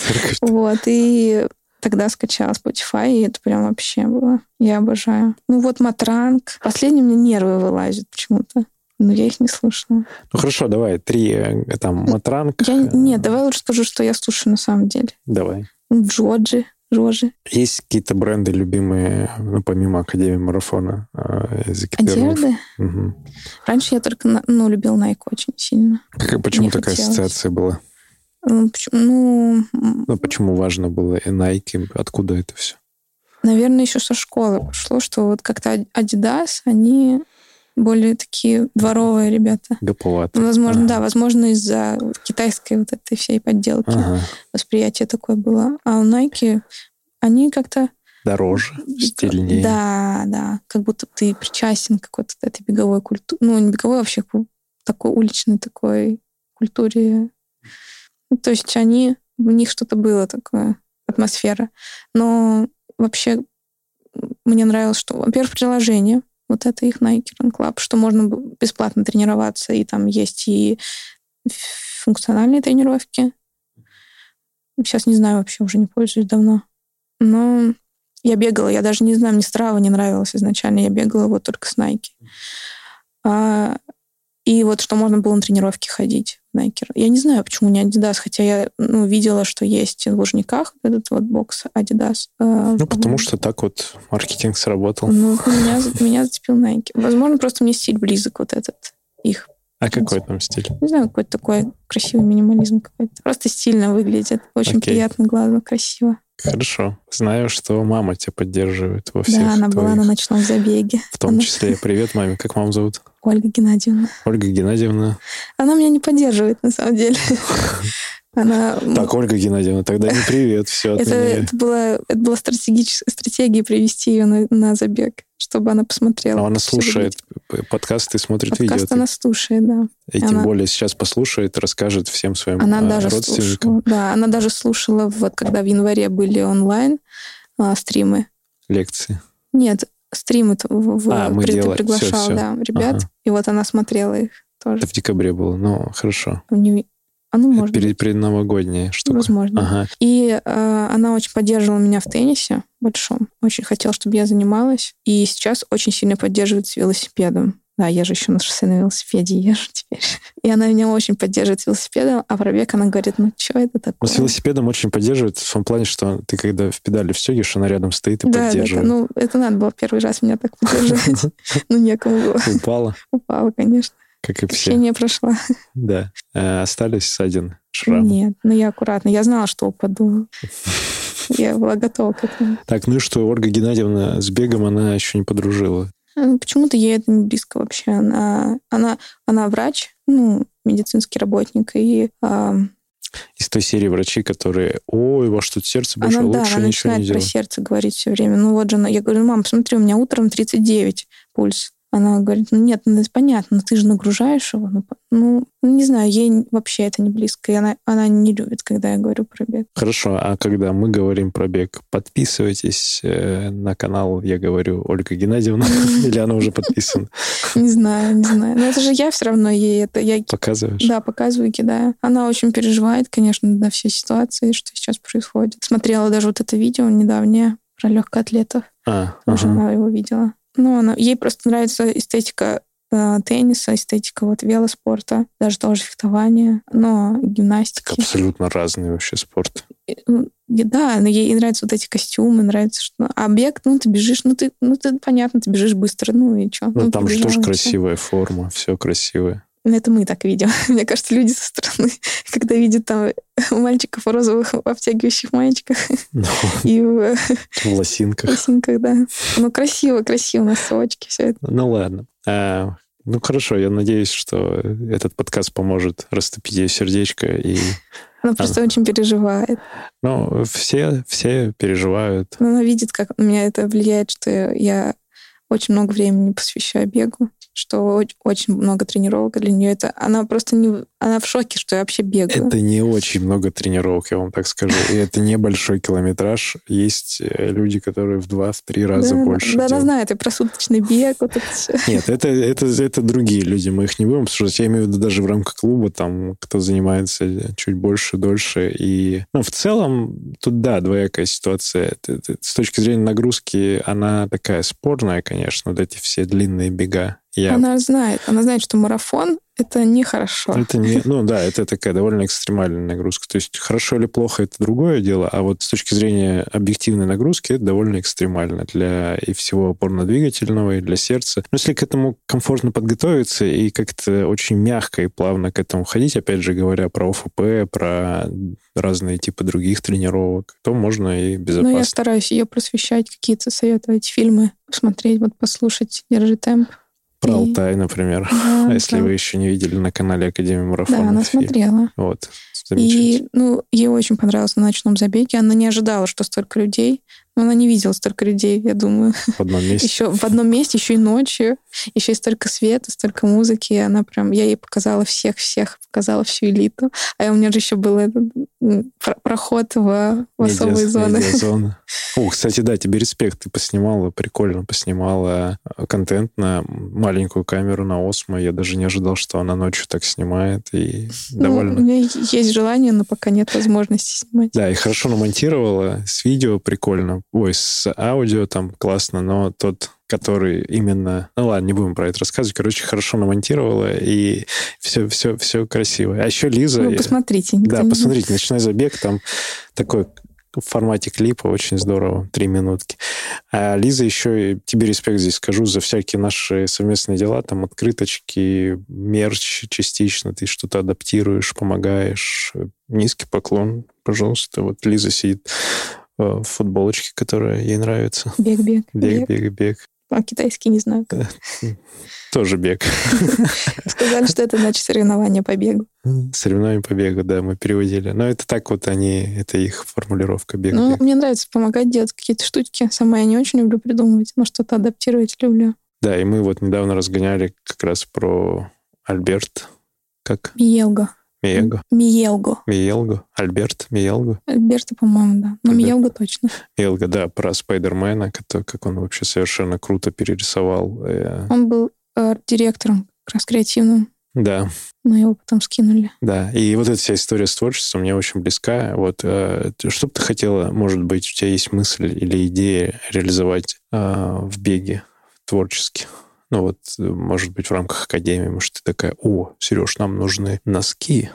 И тогда скачала Spotify, и это прям вообще было. Я обожаю. Матранг. Последний мне нервы вылазят почему-то. Но я их не слушала. Хорошо, давай. 3, Матранг. Нет, давай лучше скажу, что я слушаю на самом деле. Давай. Джоджи. Есть какие-то бренды любимые, помимо Академии Марафона? Одежды? Угу. Раньше я только любил Nike очень сильно. Почему такая ассоциация была? Почему важно было и Nike? Откуда это все? Наверное, еще со школы пошло, что как-то Adidas, они более такие дворовые ребята. Гоповатые. Возможно, возможно, из-за китайской этой всей подделки восприятие такое было. А у Nike, они как-то дороже, стильнее. Да. Как будто ты причастен к какой-то этой беговой культуре. Ну, не беговой, вообще к такой уличной такой культуре. Ну, то есть у них что-то было такое, атмосфера. Но вообще мне нравилось, что, во-первых, приложение, вот это их Nike Run Club, что можно бесплатно тренироваться, и там есть и функциональные тренировки. Сейчас не знаю, вообще уже не пользуюсь давно. Но я бегала, я даже не знаю, мне Strava не нравилась изначально, я бегала вот только с Nike. И вот что можно было на тренировки ходить в Nike. Я не знаю, почему не Adidas, хотя я видела, что есть в Лужниках этот вот бокс Adidas. Потому что так вот маркетинг сработал. Меня зацепил Nike. Возможно, просто мне стиль близок вот этот их. А какой там стиль? Не знаю, какой-то такой красивый минимализм какой-то. Просто стильно выглядит. Очень приятно, глазу, красиво. Хорошо. Знаю, что мама тебя поддерживает во всех Да, она была на ночном забеге. В том числе. Привет маме. Как маму зовут? Ольга Геннадьевна. Ольга Геннадьевна. Она меня не поддерживает, на самом деле. Так, Ольга Геннадьевна, тогда не привет, все от меня. Это была стратегия привести ее на забег, чтобы она посмотрела. Но она слушает подкасты, смотрит видео. Подкаст она слушает, да. И тем более сейчас послушает, расскажет всем своим родственникам. Она даже слушала, вот когда в январе были онлайн стримы. Лекции. Нет, стримы ты приглашал, все. Ребят. Ага. И вот она смотрела их тоже. Это в декабре было, хорошо. Может быть. Предновогодняя штука. Возможно. Ага. И она очень поддерживала меня в теннисе большом. Очень хотела, чтобы я занималась. И сейчас очень сильно поддерживает с велосипедом. Да, я же еще на шоссе на велосипеде езжу теперь. И она меня очень поддерживает с велосипедом, а про бег она говорит, что это такое? С велосипедом очень поддерживает в том плане, что ты когда в педали встегиваешь, она рядом стоит и поддерживает. Да, это надо было первый раз меня так поддерживать. Некому было. Упала? Упала, конечно. Как и все. Ощущение прошла. Да. Остались ссадины, шрамы. Нет, я аккуратно. Я знала, что упаду. Я была готова к этому. Так, и что, Ольга Геннадьевна с бегом она еще не подружила? Почему-то ей это не близко вообще. Она врач, медицинский работник. И из той серии врачей, которые, ой, у вас тут сердце больше, лучше ничего не делать. Она начинает про сердце говорить все время. Я говорю, мам, посмотри, у меня утром 39 пульс. Она говорит, нет, это понятно, ты же нагружаешь его. Не знаю, ей вообще это не близко. И она не любит, когда я говорю про бег. Хорошо, а когда мы говорим про бег, подписывайтесь на канал, я говорю, Ольга Геннадьевна, или она уже подписана? Не знаю. Но это же я все равно ей это... Показываешь? Да, показываю, кидаю. Она очень переживает, конечно, на все ситуации, что сейчас происходит. Смотрела даже вот это видео недавнее про легкоатлетов. Уже она его видела. Ей просто нравится эстетика тенниса, эстетика велоспорта, даже тоже фехтования, но гимнастики. Так абсолютно разный вообще спорт. Да, но ей нравятся вот эти костюмы, нравится, что... А бег, ты бежишь, ты понятно, ты бежишь быстро, и что? Там же тоже красивая форма, все красивое. Это мы так видим. Мне кажется, люди со стороны, когда видят там мальчиков в розовых обтягивающих маечках и в лосинках. Да. Красиво, носочки, все это. Ладно. Хорошо, я надеюсь, что этот подкаст поможет растопить ее сердечко. Она просто очень переживает. Все переживают. Она видит, как на меня это влияет, что я очень много времени посвящаю бегу, что очень много тренировок для нее. Она просто она в шоке, что я вообще бегаю. Это не очень много тренировок, я вам так скажу. И это небольшой километраж. Есть люди, которые в 2-3 раза больше. Да, она знает, и про суточный бег. Вот это все. Нет, это другие люди. Мы их не будем обсуждать. Я имею в виду даже в рамках клуба, там, кто занимается чуть больше, дольше. И в целом тут, да, двоякая ситуация. С точки зрения нагрузки она такая спорная, конечно, вот эти все длинные бега. Она знает, что марафон — это нехорошо. Это не... это такая довольно экстремальная нагрузка. То есть хорошо или плохо — это другое дело, а вот с точки зрения объективной нагрузки это довольно экстремально для и всего опорно-двигательного, и для сердца. Но если к этому комфортно подготовиться и как-то очень мягко и плавно к этому ходить, опять же говоря про ОФП, про разные типы других тренировок, то можно и безопасно. Я стараюсь ее просвещать, какие-то советовать фильмы, посмотреть, послушать «Держи темп». Про Алтай, например. Да, если вы еще не видели на канале Академии марафона. Да, она смотрела. Вот. И ей очень понравилось на ночном забеге. Она не ожидала, что столько людей Она не видела столько людей, я думаю. В одном месте. Еще в одном месте, еще и ночью. Еще и столько света, столько музыки. И она прям... Я ей показала всех, показала всю элиту. А у меня же еще был этот проход в особые зоны. Медиазона. Кстати, да, тебе респект. Ты прикольно поснимала контент на маленькую камеру на Osmo. Я даже не ожидал, что она ночью так снимает. И довольно... У меня есть желание, но пока нет возможности снимать. Да, и хорошо намонтировала. С видео прикольно. С аудио там классно, но тот, который именно... Ну ладно, не будем про это рассказывать. Короче, хорошо намонтировала, и все красиво. А еще Лиза... Посмотрите. Да, посмотрите. «Ночной забег», там такой в формате клипа, очень здорово, 3 минутки. А Лиза еще, тебе респект здесь скажу, за всякие наши совместные дела, там открыточки, мерч частично, ты что-то адаптируешь, помогаешь. Низкий поклон, пожалуйста. Вот Лиза сидит в футболочке, которая ей нравится. Бег. А китайский не знаю. Тоже бег. Сказали, что это значит соревнование по бегу. Соревнование по бегу, да, мы переводили. Но это так вот это их формулировка бег. Ну, мне нравится помогать делать какие-то штучки. Сама я не очень люблю придумывать, но что-то адаптировать люблю. Да, и мы вот недавно разгоняли как раз про Альберт. Как? Миелго. Альберт Миелго. Альберта, по-моему, да. Но Миелго точно. Миелго, да, про Спайдермена, как он вообще совершенно круто перерисовал. Он был арт-директором, как раз креативным. Да. Но его потом скинули. Да, и вот эта вся история с творчеством мне очень близка. Вот что бы ты хотела, может быть, у тебя есть мысль или идея реализовать в беге творчески? Ну вот, может быть, в рамках академии, может, ты такая: Сереж, нам нужны носки.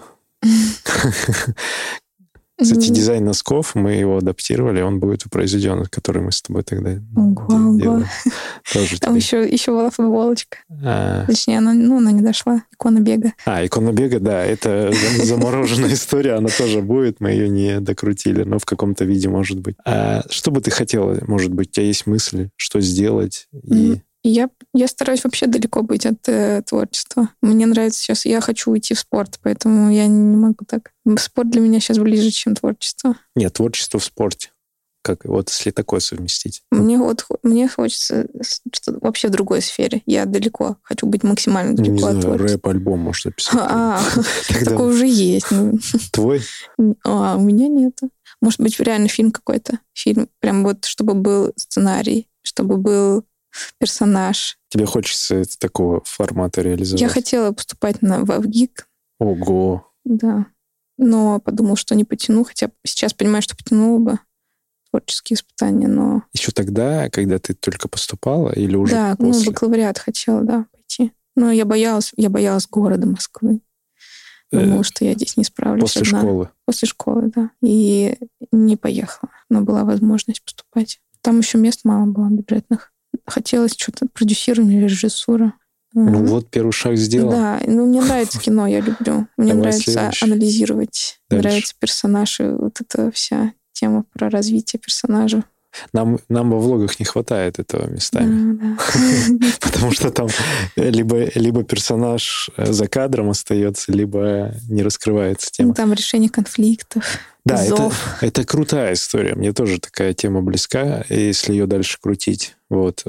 Кстати, дизайн носков, мы его адаптировали, он будет произведен, который мы с тобой тогда делаем. Там еще была футболочка. Точнее, она не дошла. Икона бега. Икона бега, да, это замороженная история, она тоже будет, мы ее не докрутили, но в каком-то виде, может быть. А что бы ты хотела, может быть, у тебя есть мысли, что сделать? Я стараюсь вообще далеко быть от творчества. Мне нравится сейчас... Я хочу уйти в спорт, поэтому я не могу так. Спорт для меня сейчас ближе, чем творчество. Нет, творчество в спорте. Как вот если такое совместить? Мне хочется что-то вообще в другой сфере. Я далеко. Хочу быть максимально далеко от творчества. Рэп-альбом можешь записать. Такой уже есть. Твой? У меня нет. Может быть, реально фильм какой-то. Фильм. Прям вот, чтобы был сценарий, чтобы был персонаж. Тебе хочется такого формата реализовать? Я хотела поступать в ГИК. Ого! Да. Но подумала, что не потяну, хотя сейчас понимаю, что потянула бы творческие испытания, но... Еще тогда, когда ты только поступала или уже да, после? Да, бакалавриат хотела, да, пойти. Но я боялась города Москвы. Думала, что я здесь не справлюсь. После школы? После школы, да. И не поехала, но была возможность поступать. Там еще мест мало было бюджетных. Хотелось что-то продюсирование, режиссура. Ну вот первый шаг сделал. Да, мне нравится кино, я люблю. Мне нравится анализировать. Мне нравится персонаж и вот эта вся тема про развитие персонажа. Нам во влогах не хватает этого местами. Да. Потому что там либо персонаж за кадром остается, либо не раскрывается тема. Там решение конфликтов. Да, это крутая история. Мне тоже такая тема близка, если ее дальше крутить. Вот.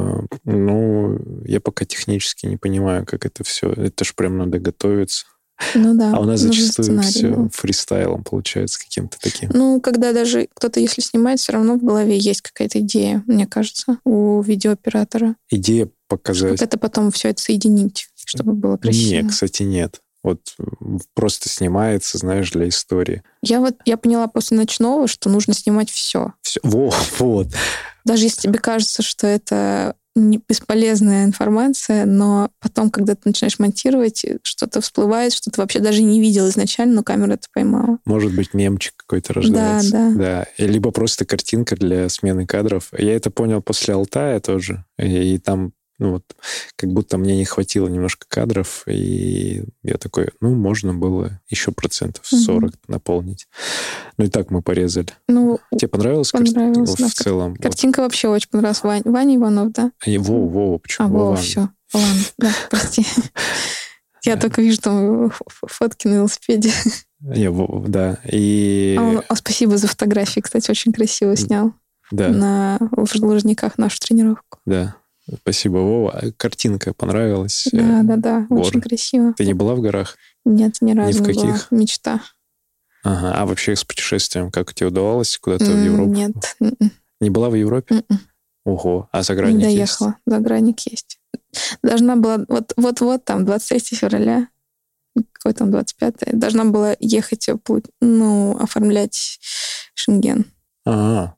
Я пока технически не понимаю, как это все. Это ж прям надо готовиться. Ну да. А у нас зачастую все фристайлом получается каким-то таким. Когда даже кто-то, если снимает, все равно в голове есть какая-то идея, мне кажется, у видеооператора. Идея показать. Как это потом все это соединить, чтобы было красиво. Нет, кстати, нет. Вот просто снимается, знаешь, для истории. Я поняла после «Ночного», что нужно снимать все. Все. Вот. Даже если тебе кажется, что это не бесполезная информация, но потом, когда ты начинаешь монтировать, что-то всплывает, что ты вообще даже не видел изначально, но камера это поймала. Может быть, мемчик какой-то рождается. Да. Либо просто картинка для смены кадров. Я это понял после «Алтая» тоже. И там как будто мне не хватило немножко кадров, и я такой, можно было еще 40% наполнить. И так мы порезали. Тебе понравилось? Понравилось, в целом? Картинка вообще очень понравилась. Ваня Иванов, да? Вова, почему? Вова, все. Ладно, да, прости. Я только вижу там фотки на велосипеде. Да. Спасибо за фотографии, кстати, очень красиво снял. Да. в Лужниках нашу тренировку. Да. Спасибо, Вова. Картинка понравилась? Да. Горы. Очень красиво. Ты не была в горах? Нет, ни разу Ни в не была. каких? Мечта. Ага. А вообще с путешествием как тебе удавалось куда-то в Европу? Нет. Не была в Европе? Ого. А загранник Не есть? доехала. Загранник есть. Должна была... Вот там, 23 февраля, какой там 25-е, должна была ехать, оформлять Шенген. Ага.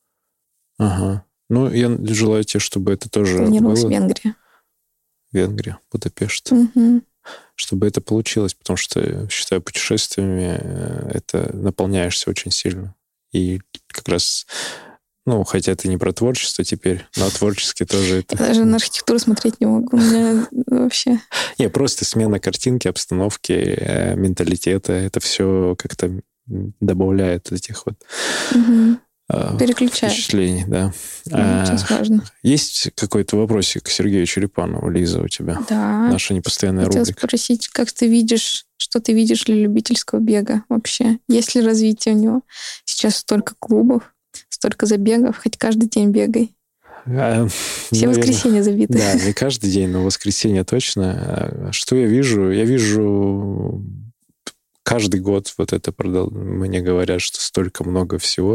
Ну, я желаю тебе, чтобы это тоже Планировалась было. в Венгрии. Венгрия, Будапешт. Угу. Чтобы это получилось, потому что, я считаю, путешествиями это наполняешься очень сильно. И как раз, хотя это не про творчество теперь, но творчески тоже это... Я даже на архитектуру смотреть не могу. У меня вообще... Не, просто смена картинки, обстановки, менталитета, это все как-то добавляет этих вот... Переключаешь. Впечатлений, да. Сейчас важно. Есть какой-то вопросик к Сергею Черепанову, Лиза, у тебя? Да. Наша непостоянная Хотела рубрика. спросить, как ты видишь, что ты видишь для любительского бега вообще? Есть ли развитие у него? Сейчас столько клубов, столько забегов, хоть каждый день бегай. Все воскресенья забиты. Да, не каждый день, но воскресенье точно. Что я вижу? Я вижу... Каждый год мне говорят, что столько много всего,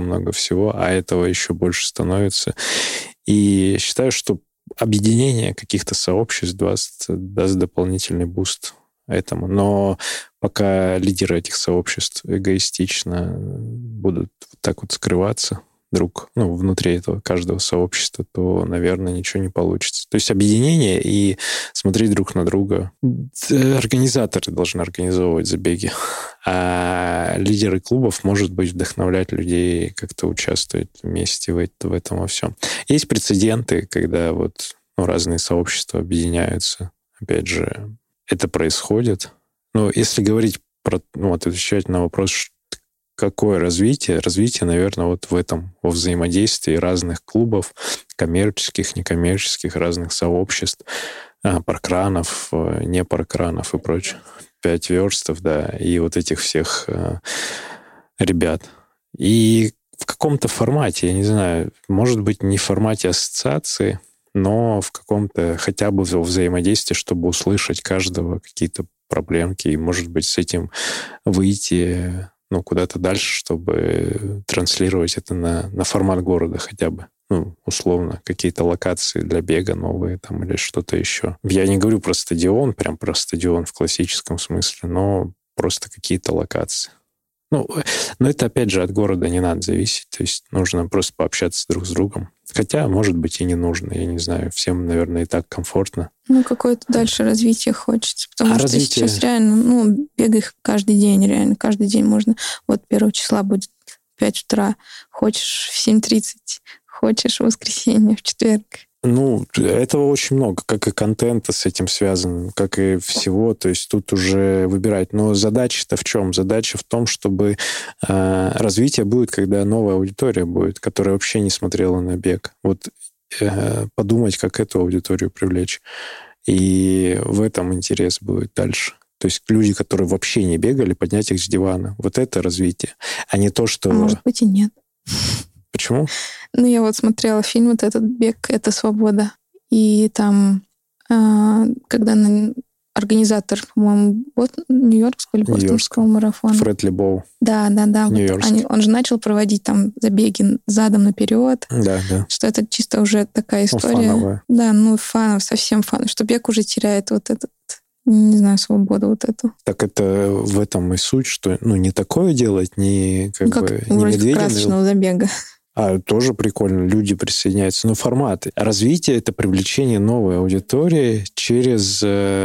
а этого еще больше становится. И считаю, что объединение каких-то сообществ даст дополнительный буст этому. Но пока лидеры этих сообществ эгоистично будут так вот скрываться внутри этого каждого сообщества, то, наверное, ничего не получится. То есть объединение и смотреть друг на друга. Организаторы должны организовывать забеги, а лидеры клубов, может быть, вдохновлять людей как-то участвовать вместе в этом во всем. Есть прецеденты, когда разные сообщества объединяются. Опять же, это происходит. Но если говорить отвечать на вопрос, какое развитие? Развитие, наверное, во взаимодействии разных клубов, коммерческих, некоммерческих, разных сообществ, паркранов, не паркранов и прочее. 5 верстов, да, и этих всех ребят. И в каком-то формате, я не знаю, может быть, не в формате ассоциации, но в каком-то хотя бы взаимодействии, чтобы услышать каждого какие-то проблемки, и, может быть, с этим выйти куда-то дальше, чтобы транслировать это на формат города хотя бы. Условно, какие-то локации для бега новые там или что-то еще. Я не говорю про стадион, прям про стадион в классическом смысле, но просто какие-то локации. Но это, опять же, от города не надо зависеть. То есть нужно просто пообщаться друг с другом. Хотя, может быть, и не нужно. Я не знаю. Всем, наверное, и так комфортно. Какое-то дальше развитие хочется. Потому что развитие... сейчас реально, бегай каждый день, реально. Каждый день можно. 1 числа будет 5 утра. Хочешь в 7:30. Хочешь в воскресенье, в четверг. Этого очень много, как и контента с этим связано, как и всего. То есть тут уже выбирать. Но задача-то в чем? Задача в том, чтобы развитие будет, когда новая аудитория будет, которая вообще не смотрела на бег. Подумать, как эту аудиторию привлечь. И в этом интерес будет дальше. То есть люди, которые вообще не бегали, поднять их с дивана. Это развитие. А не то, что... Может быть, и нет. Почему? Я смотрела фильм этот «Бег — это свобода». И там, когда организатор, по-моему, Нью-Йоркского или Бостонского марафона. Фред Лебоу. Да. Он же начал проводить там забеги задом наперед. Да. Что это чисто уже такая история. Фановая. Да, совсем фан. Что бег уже теряет не знаю, свободу эту. Так это в этом и суть, что не такое делать, не не вроде красочного забега. Тоже прикольно, люди присоединяются. Но форматы. Развитие — это привлечение новой аудитории через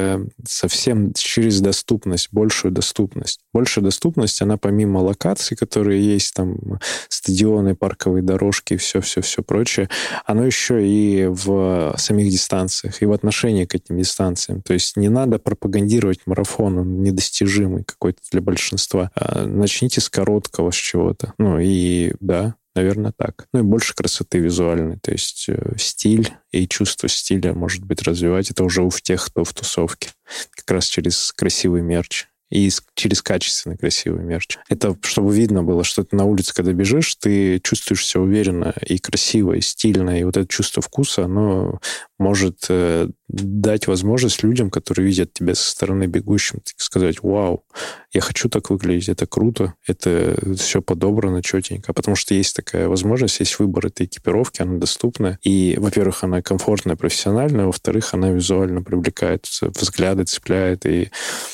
доступность, большую доступность. Большая доступность, она помимо локаций, которые есть, там, стадионы, парковые дорожки, все прочее, оно еще и в самих дистанциях, и в отношении к этим дистанциям. То есть не надо пропагандировать марафон, он недостижимый какой-то для большинства. Начните с короткого, с чего-то. Наверное, так. И больше красоты визуальной. То есть стиль и чувство стиля, может быть, развивать. Это уже у тех, кто в тусовке. Как раз через красивый мерч и через качественный, красивый мерч. Это чтобы видно было, что ты на улице, когда бежишь, ты чувствуешь себя уверенно и красиво, и стильно, и вот это чувство вкуса, оно может дать возможность людям, которые видят тебя со стороны бегущим, сказать: вау, я хочу так выглядеть, это круто, это все подобрано четенько. Потому что есть такая возможность, есть выбор этой экипировки, она доступна. И, во-первых, она комфортная, профессиональная, во-вторых, она визуально привлекает, взгляды цепляет. И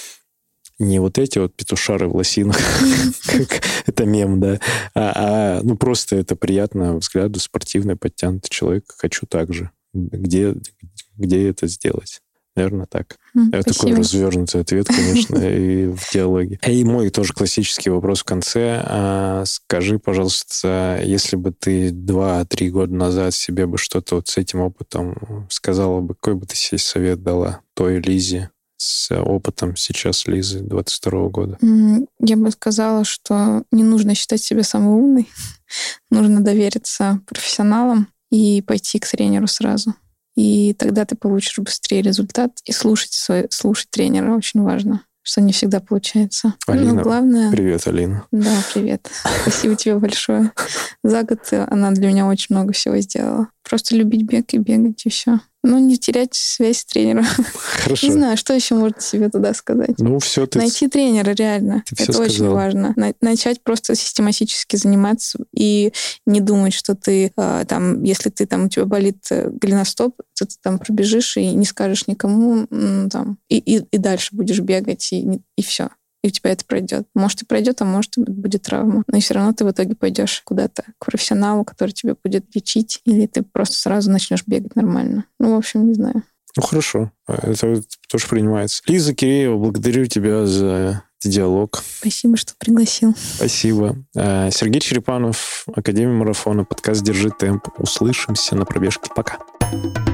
не вот эти вот петушары в лосинах, как это мем, да, ну просто это приятно взгляду, спортивный, подтянутый человек. Хочу так же. Где это сделать? Наверное, так. Это такой развернутый ответ, конечно, и в диалоге. И мой тоже классический вопрос в конце. Скажи, пожалуйста, если бы ты 2-3 года назад себе бы что-то вот с этим опытом сказала бы, какой бы ты себе совет дала той Лизе с опытом сейчас Лизы 22 года? Я бы сказала, что не нужно считать себя самой умной. Нужно довериться профессионалам и пойти к тренеру сразу. И тогда ты получишь быстрее результат. И слушать тренера очень важно, что не всегда получается. Алина, но главное... Привет, Алина. Да, привет. Спасибо тебе большое. За год она для меня очень много всего сделала. Просто любить бег и бегать, и все. Ну, не терять связь с тренером. Хорошо. Не знаю, что еще можно себе туда сказать. Ну, все ты... Найти тренера, реально. Это очень важно. Начать просто систематически заниматься и не думать, что ты там, если ты там, у тебя болит голеностоп, то ты там пробежишь и не скажешь никому, там, и дальше будешь бегать, и все. И у тебя это пройдет. Может, и пройдет, а может, и будет травма. Но и все равно ты в итоге пойдешь куда-то к профессионалу, который тебя будет лечить, или ты просто сразу начнешь бегать нормально. Ну, в общем, не знаю. Ну, хорошо. Это тоже принимается. Лиза Киреева, благодарю тебя за диалог. Спасибо, что пригласил. Спасибо. Сергей Черепанов, Академия марафона, подкаст «Держи темп». Услышимся на пробежке. Пока.